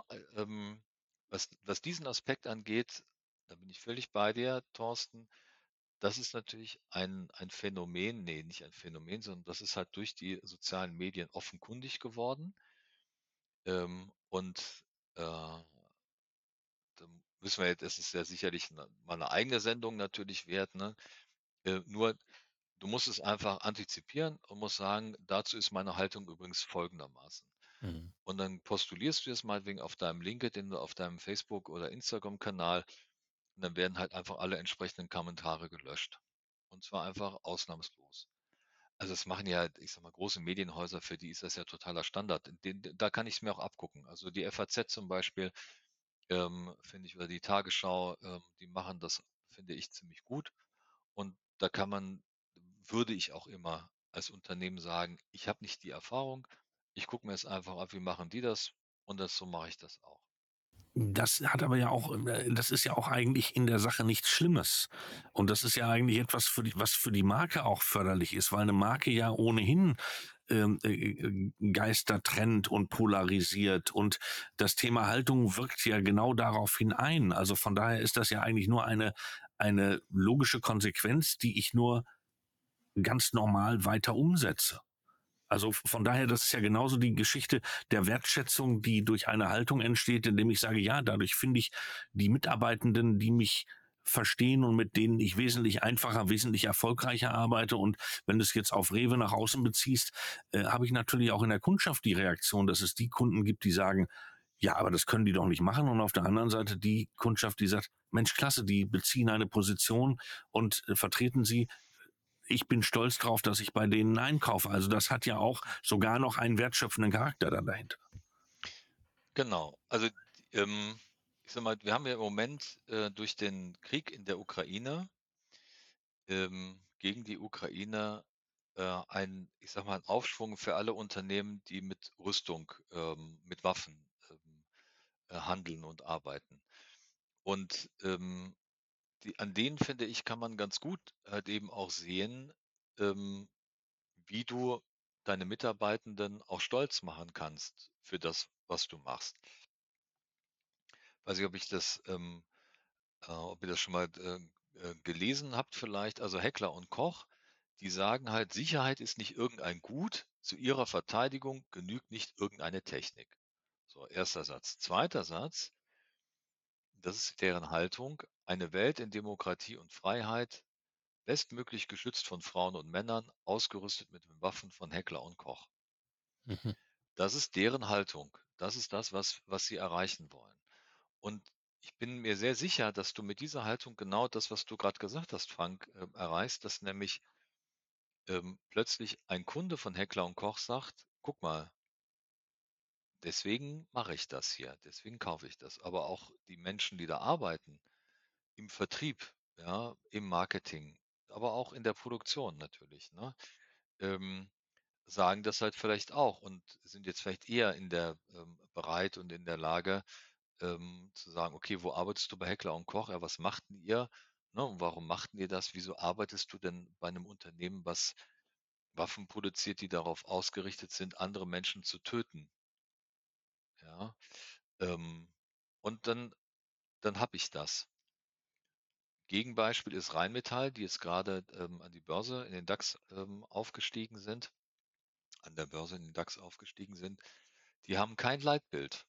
was diesen Aspekt angeht, da bin ich völlig bei dir, Thorsten. Das ist natürlich ein Phänomen, nee, nicht ein Phänomen, sondern das ist halt durch die sozialen Medien offenkundig geworden. Und äh, da müssen wir jetzt, es ist ja sicherlich mal eine eigene Sendung natürlich wert, ne? Nur du musst es einfach antizipieren und musst sagen, dazu ist meine Haltung übrigens folgendermaßen. Mhm. Und dann postulierst du es meinetwegen auf deinem LinkedIn oder auf deinem Facebook- oder Instagram-Kanal und dann werden halt einfach alle entsprechenden Kommentare gelöscht. Und zwar einfach ausnahmslos. Also das machen ja, ich sag mal, große Medienhäuser, für die ist das ja totaler Standard. Da kann ich es mir auch abgucken. Also die FAZ zum Beispiel, finde ich, oder die Tagesschau, die machen das, finde ich, ziemlich gut. Und da würde ich auch immer als Unternehmen sagen, ich habe nicht die Erfahrung, ich gucke mir es einfach ab, wie machen die das und so mache ich das auch. Das hat aber ja auch das ist ja auch eigentlich in der Sache nichts Schlimmes. Und das ist ja eigentlich etwas was für die Marke auch förderlich ist, weil eine Marke ja ohnehin, Geister trennt und polarisiert. Und das Thema Haltung wirkt ja genau daraufhin ein. Also von daher ist das ja eigentlich nur eine logische Konsequenz, die ich nur ganz normal weiter umsetze. Also von daher, das ist ja genauso die Geschichte der Wertschätzung, die durch eine Haltung entsteht, indem ich sage, ja, dadurch finde ich die Mitarbeitenden, die mich verstehen und mit denen ich wesentlich einfacher, wesentlich erfolgreicher arbeite. Und wenn du es jetzt auf Rewe nach außen beziehst, habe ich natürlich auch in der Kundschaft die Reaktion, dass es die Kunden gibt, die sagen, ja, aber das können die doch nicht machen. Und auf der anderen Seite die Kundschaft, die sagt, Mensch, klasse, die beziehen eine Position und vertreten sie. Ich bin stolz drauf, dass ich bei denen einkaufe. Also das hat ja auch sogar noch einen wertschöpfenden Charakter dann dahinter. Genau. Also ich sag mal, wir haben ja im Moment durch den Krieg in der Ukraine gegen die Ukraine ich sag mal, einen Aufschwung für alle Unternehmen, die mit Rüstung, mit Waffen handeln und arbeiten. Und an denen, finde ich, kann man ganz gut halt eben auch sehen, ähm, wie du deine Mitarbeitenden auch stolz machen kannst für das, was du machst. Weiß nicht, ob ihr das schon mal gelesen habt vielleicht. Also Heckler und Koch, die sagen halt, Sicherheit ist nicht irgendein Gut, zu ihrer Verteidigung genügt nicht irgendeine Technik. So, erster Satz. Zweiter Satz, das ist deren Haltung, eine Welt in Demokratie und Freiheit, bestmöglich geschützt von Frauen und Männern, ausgerüstet mit den Waffen von Heckler und Koch. Mhm. Das ist deren Haltung. Das ist das, was sie erreichen wollen. Und ich bin mir sehr sicher, dass du mit dieser Haltung genau das, was du gerade gesagt hast, Frank, erreichst, dass nämlich plötzlich ein Kunde von Heckler und Koch sagt, guck mal, deswegen mache ich das hier, deswegen kaufe ich das. Aber auch die Menschen, die da arbeiten, im Vertrieb, ja, im Marketing, aber auch in der Produktion natürlich, ne, ähm, sagen das halt vielleicht auch und sind jetzt vielleicht eher bereit und in der Lage, zu sagen, okay, wo arbeitest du bei Heckler und Koch? Ja, was machten ihr? Ne, und warum machten ihr das? Wieso arbeitest du denn bei einem Unternehmen, was Waffen produziert, die darauf ausgerichtet sind, andere Menschen zu töten? Ja, ähm, und dann habe ich das. Gegenbeispiel ist Rheinmetall, die jetzt gerade an die Börse in den DAX aufgestiegen sind, an der Börse in den DAX aufgestiegen sind. Die haben kein Leitbild.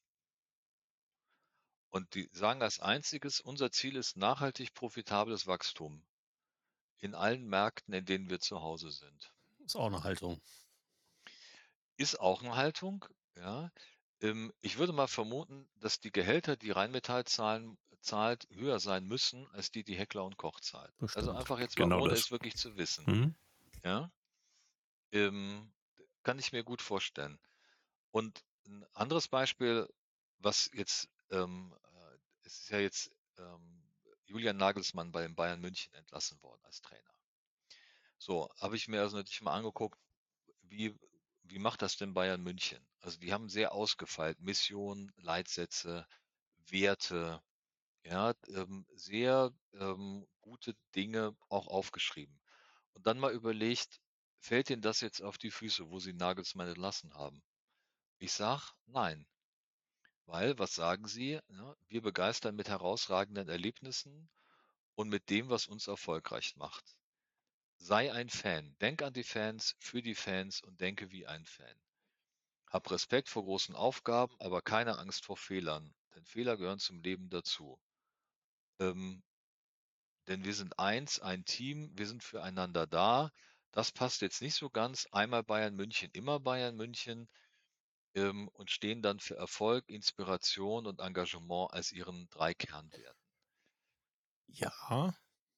Und die sagen als einziges, unser Ziel ist nachhaltig profitables Wachstum in allen Märkten, in denen wir zu Hause sind. Ist auch eine Haltung. Ist auch eine Haltung, ja. Ich würde mal vermuten, dass die Gehälter, die Rheinmetall zahlt, höher sein müssen, als die Heckler und Koch zahlt. Also Bestimmt. einfach jetzt mal, Genau ohne das. es wirklich zu wissen, Mhm. ja. Ähm, Kann ich mir gut vorstellen. Und ein anderes Beispiel, was jetzt, es ist ja jetzt Julian Nagelsmann bei den Bayern München entlassen worden als Trainer. So, habe ich mir also natürlich mal angeguckt, wie, wie macht das denn Bayern München? Also die haben sehr ausgefeilt, Mission, Leitsätze, Werte, ja, sehr gute Dinge auch aufgeschrieben. Und dann mal überlegt, fällt Ihnen das jetzt auf die Füße, wo Sie Nagelsmann entlassen haben? Ich sag, nein. Weil, was sagen Sie? Ja, wir begeistern mit herausragenden Erlebnissen und mit dem, was uns erfolgreich macht. Sei ein Fan. Denk an die Fans, für die Fans und denke wie ein Fan. Hab Respekt vor großen Aufgaben, aber keine Angst vor Fehlern, denn Fehler gehören zum Leben dazu. Ähm, denn wir sind eins, ein Team, wir sind füreinander da. Das passt jetzt nicht so ganz. Einmal Bayern München, immer Bayern München, und stehen dann für Erfolg, Inspiration und Engagement als ihren drei Kernwerten. Ja,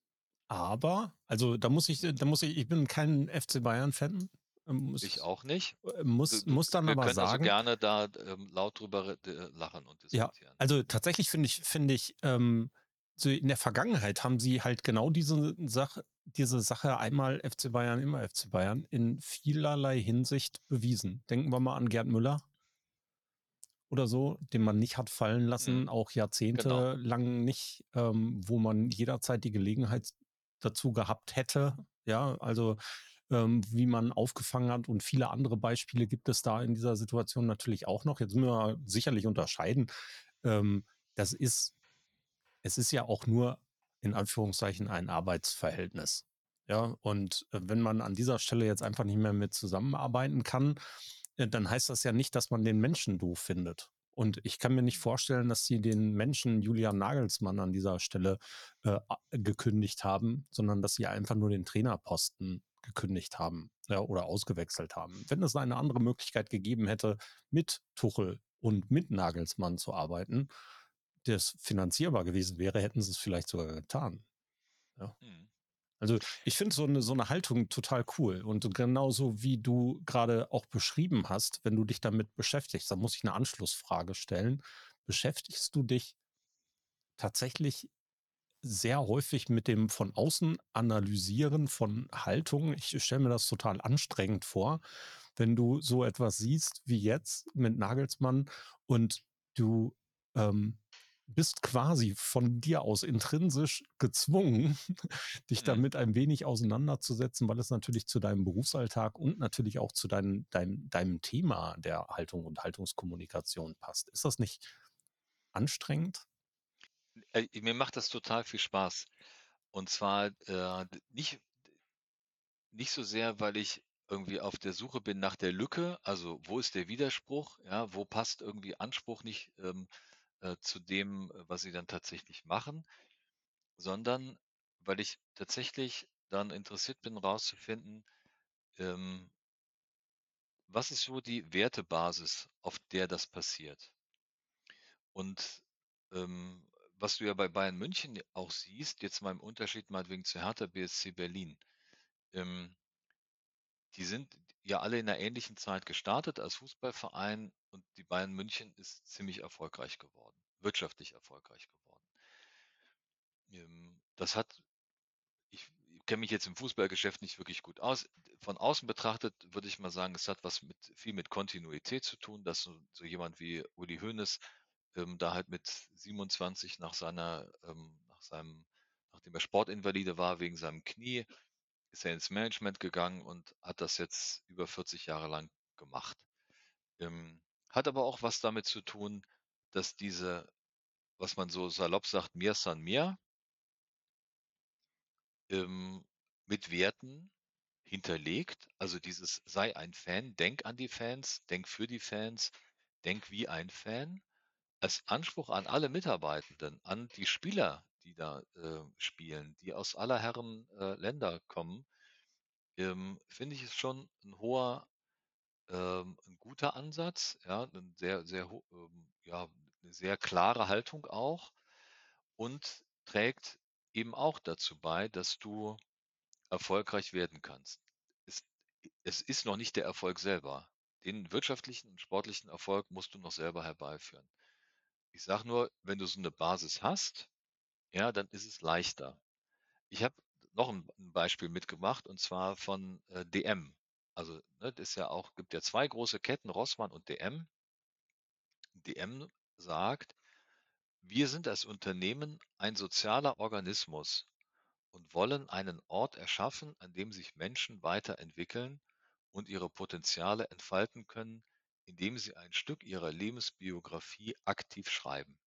Aber, also ich bin kein FC Bayern-Fan, Ich muss, auch nicht. muss dann Wir aber können also sagen, gerne da laut drüber lachen und ja, diskutieren. also tatsächlich finde ich, so in der Vergangenheit haben sie halt genau diese Sache einmal FC Bayern, immer FC Bayern in vielerlei Hinsicht bewiesen. Denken wir mal an Gerd Müller oder so, den man nicht hat fallen Mhm, lassen, auch genau. jahrzehntelang nicht, wo man jederzeit die Gelegenheit dazu gehabt hätte. Ja, also wie man aufgefangen hat und viele andere Beispiele gibt es da in dieser Situation natürlich auch noch. Jetzt müssen wir sicherlich unterscheiden. Ähm, das ist, es ist ja auch nur in Anführungszeichen ein Arbeitsverhältnis. Ja, und wenn man an dieser Stelle jetzt einfach nicht mehr mit zusammenarbeiten kann, dann heißt das ja nicht, dass man den Menschen doof findet. Und ich kann mir nicht Mhm. vorstellen, dass sie den Menschen Julian Nagelsmann an dieser Stelle gekündigt haben, sondern dass sie einfach nur den Trainerposten gekündigt haben, ja, oder ausgewechselt haben. Wenn es eine andere Möglichkeit gegeben hätte, mit Tuchel und mit Nagelsmann zu arbeiten, das finanzierbar gewesen wäre, hätten sie es vielleicht sogar getan. Ja. Mhm. Also ich finde so eine Haltung total cool. Und genauso wie du gerade auch beschrieben hast, wenn du dich damit beschäftigst, da muss ich eine Anschlussfrage stellen. Beschäftigst du dich tatsächlich sehr häufig mit dem von außen Analysieren von Haltung? Ich stelle mir das total anstrengend vor, wenn du so etwas siehst wie jetzt mit Nagelsmann und du ähm, bist quasi von dir aus intrinsisch gezwungen, dich Mhm. damit ein wenig auseinanderzusetzen, weil es natürlich zu deinem Berufsalltag und natürlich auch zu deinem Thema der Haltung und Haltungskommunikation passt. Ist das nicht anstrengend? Mir macht das total viel Spaß. Und zwar nicht so sehr, weil ich irgendwie auf der Suche bin nach der Lücke, also wo ist der Widerspruch, ja, wo passt irgendwie Anspruch nicht zu dem, was sie dann tatsächlich machen, sondern weil ich tatsächlich dann interessiert bin, rauszufinden, ähm, was ist so die Wertebasis, auf der das passiert. Und ähm, was du ja bei Bayern München auch siehst, jetzt mal im Unterschied meinetwegen zu Hertha BSC Berlin, ähm, die sind ja alle in einer ähnlichen Zeit gestartet als Fußballverein und die Bayern München ist ziemlich erfolgreich geworden, wirtschaftlich erfolgreich geworden. Das hat ich kenne mich jetzt im Fußballgeschäft nicht wirklich gut aus. Von außen betrachtet würde ich mal sagen, es hat viel mit Kontinuität zu tun, dass so jemand wie Uli Hoeneß da halt mit 27 nachdem er Sportinvalide war wegen seinem Knie, ist er ins Management gegangen und hat das jetzt über 40 Jahre lang gemacht. Hat aber auch was damit zu tun, dass was man so salopp sagt, mir san mir, ähm, mit Werten hinterlegt. Also dieses sei ein Fan, denk an die Fans, denk für die Fans, denk wie ein Fan. Als Anspruch an alle Mitarbeitenden, an die Spieler, die da spielen, die aus aller Herren Länder kommen, finde ich es schon ein guter Ansatz, ja, ein ja, eine sehr klare Haltung auch und trägt eben auch dazu bei, dass du erfolgreich werden kannst. Es, es ist noch nicht der Erfolg selber. Den wirtschaftlichen und sportlichen Erfolg musst du noch selber herbeiführen. Ich sage nur, wenn du so eine Basis hast, ja, dann ist es leichter. Ich habe noch ein Beispiel mitgemacht und zwar von DM. Also, ne, das ist ja auch, gibt ja zwei große Ketten, Rossmann und DM. DM sagt, wir sind als Unternehmen ein sozialer Organismus und wollen einen Ort erschaffen, an dem sich Menschen weiterentwickeln und ihre Potenziale entfalten können, indem sie ein Stück ihrer Lebensbiografie aktiv schreiben.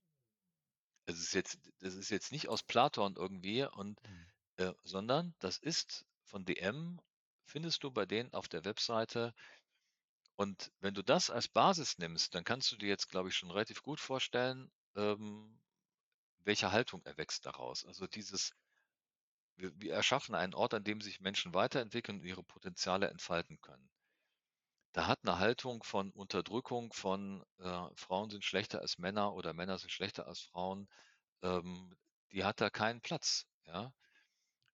Das ist jetzt nicht aus Platon irgendwie sondern das ist von DM, findest du bei denen auf der Webseite. Und wenn du das als Basis nimmst, dann kannst du dir jetzt, glaube ich, schon relativ gut vorstellen, welche Haltung erwächst daraus. Also wir erschaffen einen Ort, an dem sich Menschen weiterentwickeln und ihre Potenziale entfalten können. Da hat eine Haltung von Unterdrückung, von Frauen sind schlechter als Männer oder Männer sind schlechter als Frauen, ähm, die hat da keinen Platz. Ja?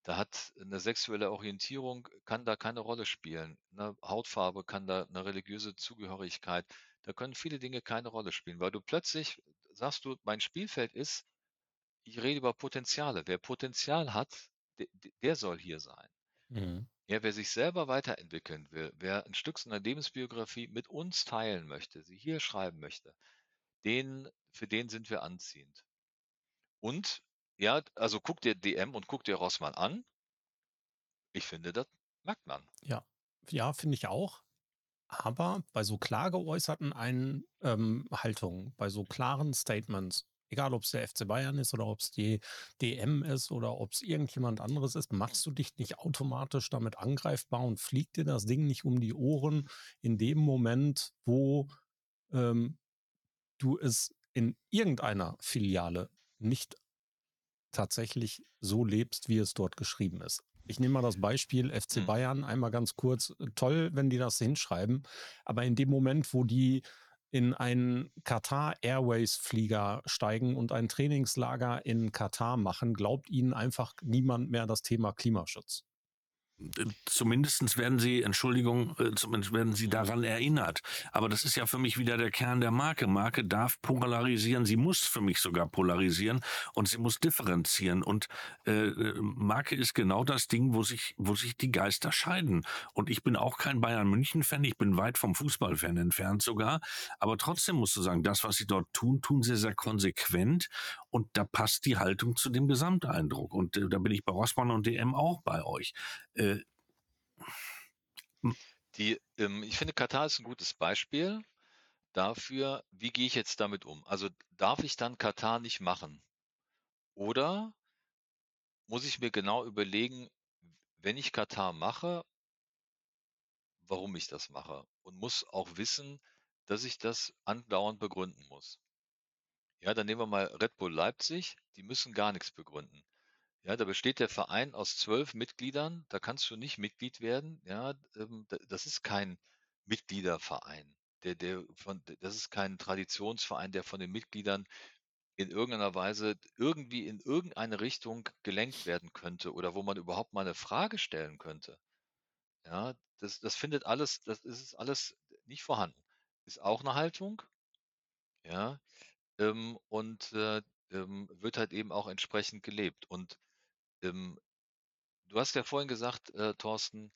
Da hat eine sexuelle Orientierung kann da keine Rolle spielen, ne? Hautfarbe kann da eine religiöse Zugehörigkeit, da können viele Dinge keine Rolle spielen, weil du plötzlich sagst du: „Mein Spielfeld ist, ich rede über Potenziale. Wer Potenzial hat, der soll hier sein. Mhm. Ja, wer sich selber weiterentwickeln will, wer ein Stück seiner Lebensbiografie mit uns teilen möchte, sie hier schreiben möchte, für den sind wir anziehend. Und ja, also guck dir DM und guck dir Rossmann an. Ich finde, das merkt man. Ja. Ja, finde ich auch. Aber bei so klar geäußerten Haltungen, bei so klaren Statements, egal ob es der FC Bayern ist oder ob es die DM ist oder ob es irgendjemand anderes ist, machst du dich nicht automatisch damit angreifbar und fliegt dir das Ding nicht um die Ohren in dem Moment, wo ähm, du es in irgendeiner Filiale nicht tatsächlich so lebst, wie es dort geschrieben ist. Ich nehme mal das Beispiel FC Mhm. Bayern einmal ganz kurz. Toll, wenn die das hinschreiben, aber in dem Moment, wo die in einen Qatar Airways Flieger steigen und ein Trainingslager in Katar machen, glaubt ihnen einfach niemand mehr das Thema Klimaschutz. Zumindestens werden sie, Entschuldigung, zumindest werden sie Mhm. daran erinnert. Aber das ist ja für mich wieder der Kern der Marke. Marke darf polarisieren, sie muss für mich sogar polarisieren und sie muss differenzieren. Und Marke ist genau das Ding, wo sich die Geister scheiden. Und ich bin auch kein Bayern-München-Fan, ich bin weit vom Fußballfan entfernt sogar. Aber trotzdem musst du sagen, das, was sie dort tun, tun sie sehr konsequent. Und da passt die Haltung zu dem Gesamteindruck. Und da bin ich bei Rossmann und DM auch bei euch. Äh, Ich finde, Katar ist ein gutes Beispiel dafür, wie gehe ich jetzt damit um? Also darf ich dann Katar nicht machen? Oder muss ich mir genau überlegen, wenn ich Katar mache, warum ich das mache? Und muss auch wissen, dass ich das andauernd begründen muss. Ja, dann nehmen wir mal Red Bull Leipzig, die müssen gar nichts begründen. Ja, da besteht der Verein aus 12 Mitgliedern, da kannst du nicht Mitglied werden. Ja, das ist kein Mitgliederverein. Das ist kein Traditionsverein, der von den Mitgliedern in irgendeiner Weise irgendwie in irgendeine Richtung gelenkt werden könnte oder wo man überhaupt mal eine Frage stellen könnte. Ja, das ist alles nicht vorhanden. Ist auch eine Haltung, ja, und wird halt eben auch entsprechend gelebt. Und ähm, du hast ja vorhin gesagt, Thorsten,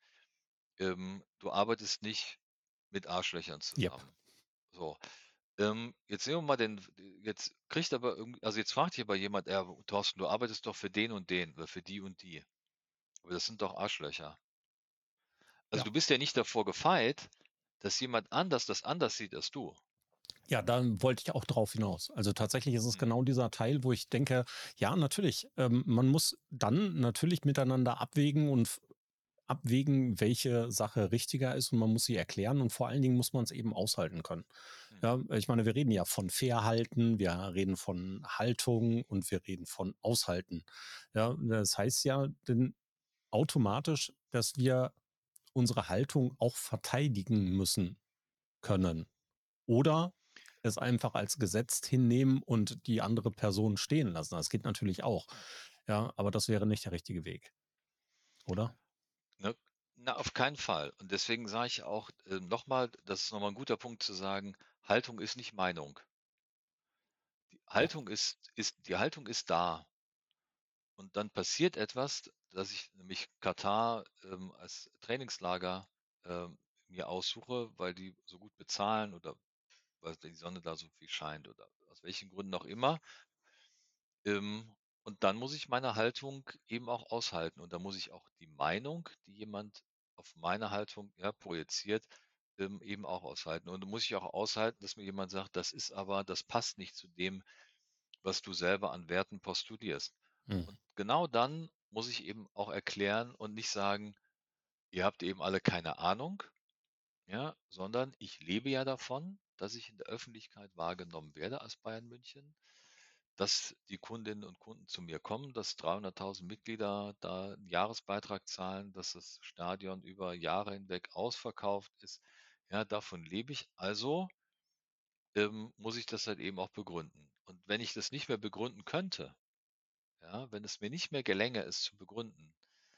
du arbeitest nicht mit Arschlöchern Yep. zusammen. So. Jetzt nehmen wir mal jetzt kriegt aber irgendwie, also jetzt fragt dich aber jemand, Thorsten, du arbeitest doch für den und den oder für die und die. Aber das sind doch Arschlöcher. Also Ja. du bist ja nicht davor gefeit, dass jemand anders das anders sieht als du. Ja, da wollte ich auch drauf hinaus. Also tatsächlich ist es Hm. genau dieser Teil, wo ich denke, ja, natürlich, man muss dann natürlich miteinander abwägen und abwägen, welche Sache richtiger ist und man muss sie erklären und vor allen Dingen muss man es eben aushalten können. Mhm. Ja, ich meine, wir reden ja von Fairhalten, wir reden von Haltung und wir reden von Aushalten. Ja, das heißt ja denn automatisch, dass wir unsere Haltung auch verteidigen müssen können. Oder es einfach als Gesetz hinnehmen und die andere Person stehen lassen. Das geht natürlich auch. Ja, aber das wäre nicht der richtige Weg, oder? Ne? Na, auf keinen Fall. Und deswegen sage ich auch nochmal, das ist nochmal ein guter Punkt zu sagen, Haltung ist nicht Meinung. Ja. Die Haltung ist da. Und dann passiert etwas, dass ich nämlich Katar als Trainingslager mir aussuche, weil die so gut bezahlen oder weil die Sonne da so viel scheint oder aus welchen Gründen auch immer. Und dann muss ich meine Haltung eben auch aushalten. Und da muss ich auch die Meinung, die jemand auf meine Haltung ja, projiziert, eben auch aushalten. Und da muss ich auch aushalten, dass mir jemand sagt, das passt nicht zu dem, was du selber an Werten postulierst. Hm. Und genau dann muss ich eben auch erklären und nicht sagen, ihr habt eben alle keine Ahnung, ja, sondern ich lebe ja davon, dass ich in der Öffentlichkeit wahrgenommen werde als Bayern München, dass die Kundinnen und Kunden zu mir kommen, dass 300.000 Mitglieder da einen Jahresbeitrag zahlen, dass das Stadion über Jahre hinweg ausverkauft ist. Ja, davon lebe ich. Also muss ich das halt eben auch begründen. Und wenn ich das nicht mehr begründen könnte, ja, wenn es mir nicht mehr gelänge, es zu begründen,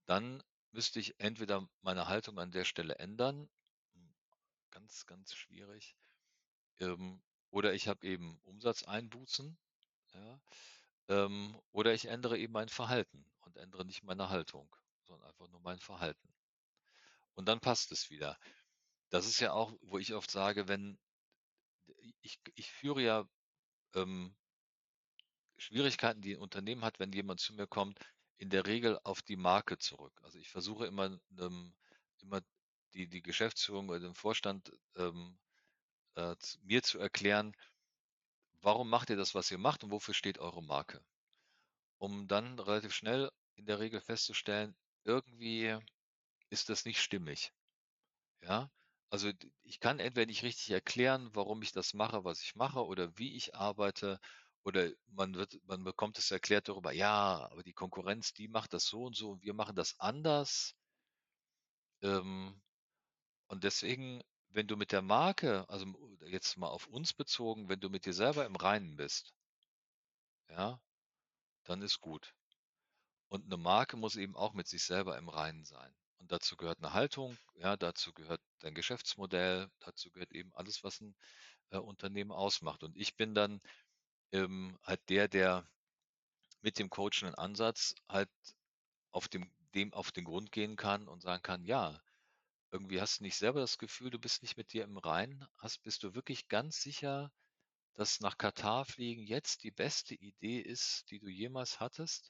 dann müsste ich entweder meine Haltung an der Stelle ändern, ganz, ganz schwierig, oder ich habe eben Umsatzeinbußen, ja, oder ich ändere eben mein Verhalten und ändere nicht meine Haltung, sondern einfach nur mein Verhalten. Und dann passt es wieder. Das ist ja auch, wo ich oft sage, wenn ich führe ja Schwierigkeiten, die ein Unternehmen hat, wenn jemand zu mir kommt, in der Regel auf die Marke zurück. Also ich versuche immer die Geschäftsführung oder den Vorstand mir zu erklären, warum macht ihr das, was ihr macht und wofür steht eure Marke? Um dann relativ schnell in der Regel festzustellen, irgendwie ist das nicht stimmig. Ja, also ich kann entweder nicht richtig erklären, warum ich das mache, was ich mache oder wie ich arbeite, oder man bekommt es erklärt darüber, ja, aber die Konkurrenz, die macht das so und so und wir machen das anders. Ähm, und deswegen, wenn du mit der Marke, also jetzt mal auf uns bezogen, wenn du mit dir selber im Reinen bist, ja, dann ist gut. Und eine Marke muss eben auch mit sich selber im Reinen sein. Und dazu gehört eine Haltung, ja, dazu gehört dein Geschäftsmodell, dazu gehört eben alles, was ein Unternehmen ausmacht. Und ich bin dann halt der mit dem coachenden Ansatz halt auf den Grund gehen kann und sagen kann, ja, irgendwie hast du nicht selber das Gefühl, du bist nicht mit dir im Reinen, bist du wirklich ganz sicher, dass nach Katar fliegen jetzt die beste Idee ist, die du jemals hattest?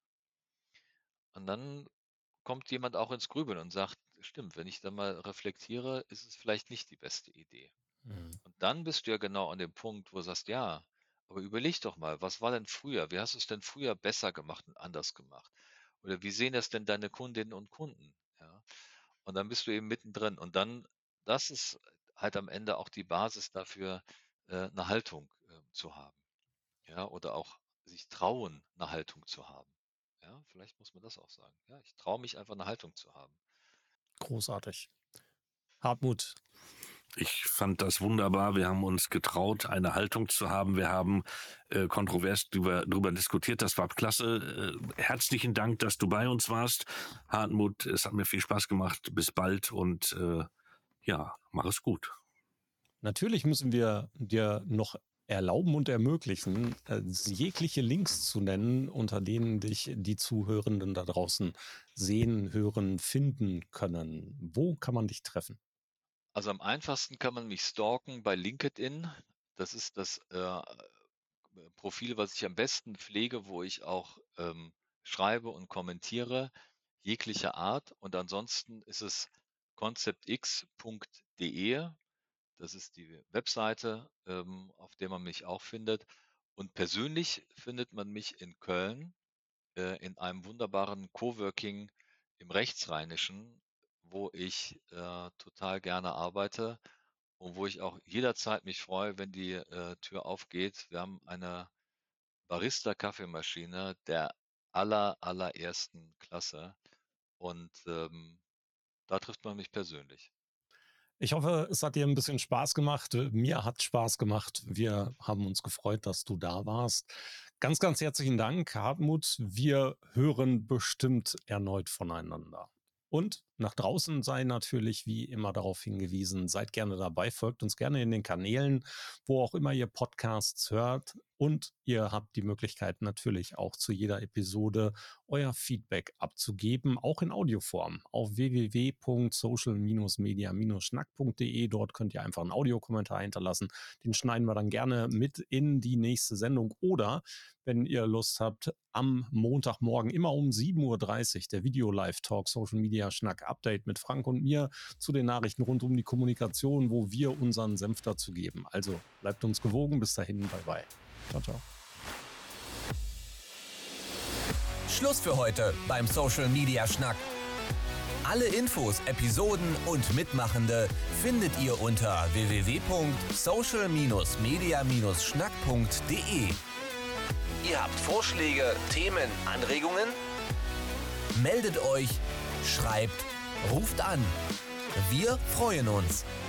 Und dann kommt jemand auch ins Grübeln und sagt, stimmt, wenn ich dann mal reflektiere, ist es vielleicht nicht die beste Idee. Mhm. Und dann bist du ja genau an dem Punkt, wo du sagst, ja, aber überleg doch mal, was war denn früher? Wie hast du es denn früher besser gemacht und anders gemacht? Oder wie sehen das denn deine Kundinnen und Kunden? Ja. Und dann bist du eben mittendrin. Und dann, das ist halt am Ende auch die Basis dafür, eine Haltung zu haben. Ja, oder auch sich trauen, eine Haltung zu haben. Ja, vielleicht muss man das auch sagen. Ja, ich traue mich einfach eine Haltung zu haben. Großartig. Hartmut, Ich fand das wunderbar. Wir haben uns getraut, eine Haltung zu haben. Wir haben kontrovers drüber diskutiert. Das war klasse. Herzlichen Dank, dass du bei uns warst. Hartmut, es hat mir viel Spaß gemacht. Bis bald und ja, mach es gut. natürlich müssen wir dir noch erlauben und ermöglichen, jegliche Links zu nennen, unter denen dich die Zuhörenden da draußen sehen, hören, finden können. Wo kann man dich treffen? Also am einfachsten kann man mich stalken bei LinkedIn. Das ist das Profil, was ich am besten pflege, wo ich auch schreibe und kommentiere, jeglicher Art. Und ansonsten ist es conceptx.de. Das ist die Webseite, auf der man mich auch findet. Und persönlich findet man mich in Köln in einem wunderbaren Coworking im Rechtsrheinischen, wo ich total gerne arbeite und wo ich auch jederzeit mich freue, wenn die Tür aufgeht. Wir haben eine Barista-Kaffeemaschine der allerersten Klasse und da trifft man mich persönlich. Ich hoffe, es hat dir ein bisschen Spaß gemacht. Mir hat Spaß gemacht. Wir haben uns gefreut, dass du da warst. Ganz, ganz herzlichen Dank, Hartmut. Wir hören bestimmt erneut voneinander. Und nach draußen sei natürlich wie immer darauf hingewiesen, seid gerne dabei, folgt uns gerne in den Kanälen, wo auch immer ihr Podcasts hört. Und ihr habt die Möglichkeit natürlich auch zu jeder Episode euer Feedback abzugeben, auch in Audioform auf www.social-media-schnack.de. Dort könnt ihr einfach einen Audiokommentar hinterlassen. Den schneiden wir dann gerne mit in die nächste Sendung. Oder wenn ihr Lust habt, am Montagmorgen immer um 7:30 Uhr der Video-Live-Talk Social Media Schnack Update mit Frank und mir zu den Nachrichten rund um die Kommunikation, wo wir unseren Senf dazu geben. Also bleibt uns gewogen. Bis dahin, bye bye. Ciao, ciao. Schluss für heute beim Social Media Schnack. Alle Infos, Episoden und Mitmachende findet ihr unter www.social-media-schnack.de. Ihr habt Vorschläge, Themen, Anregungen? Meldet euch, schreibt, ruft an. Wir freuen uns.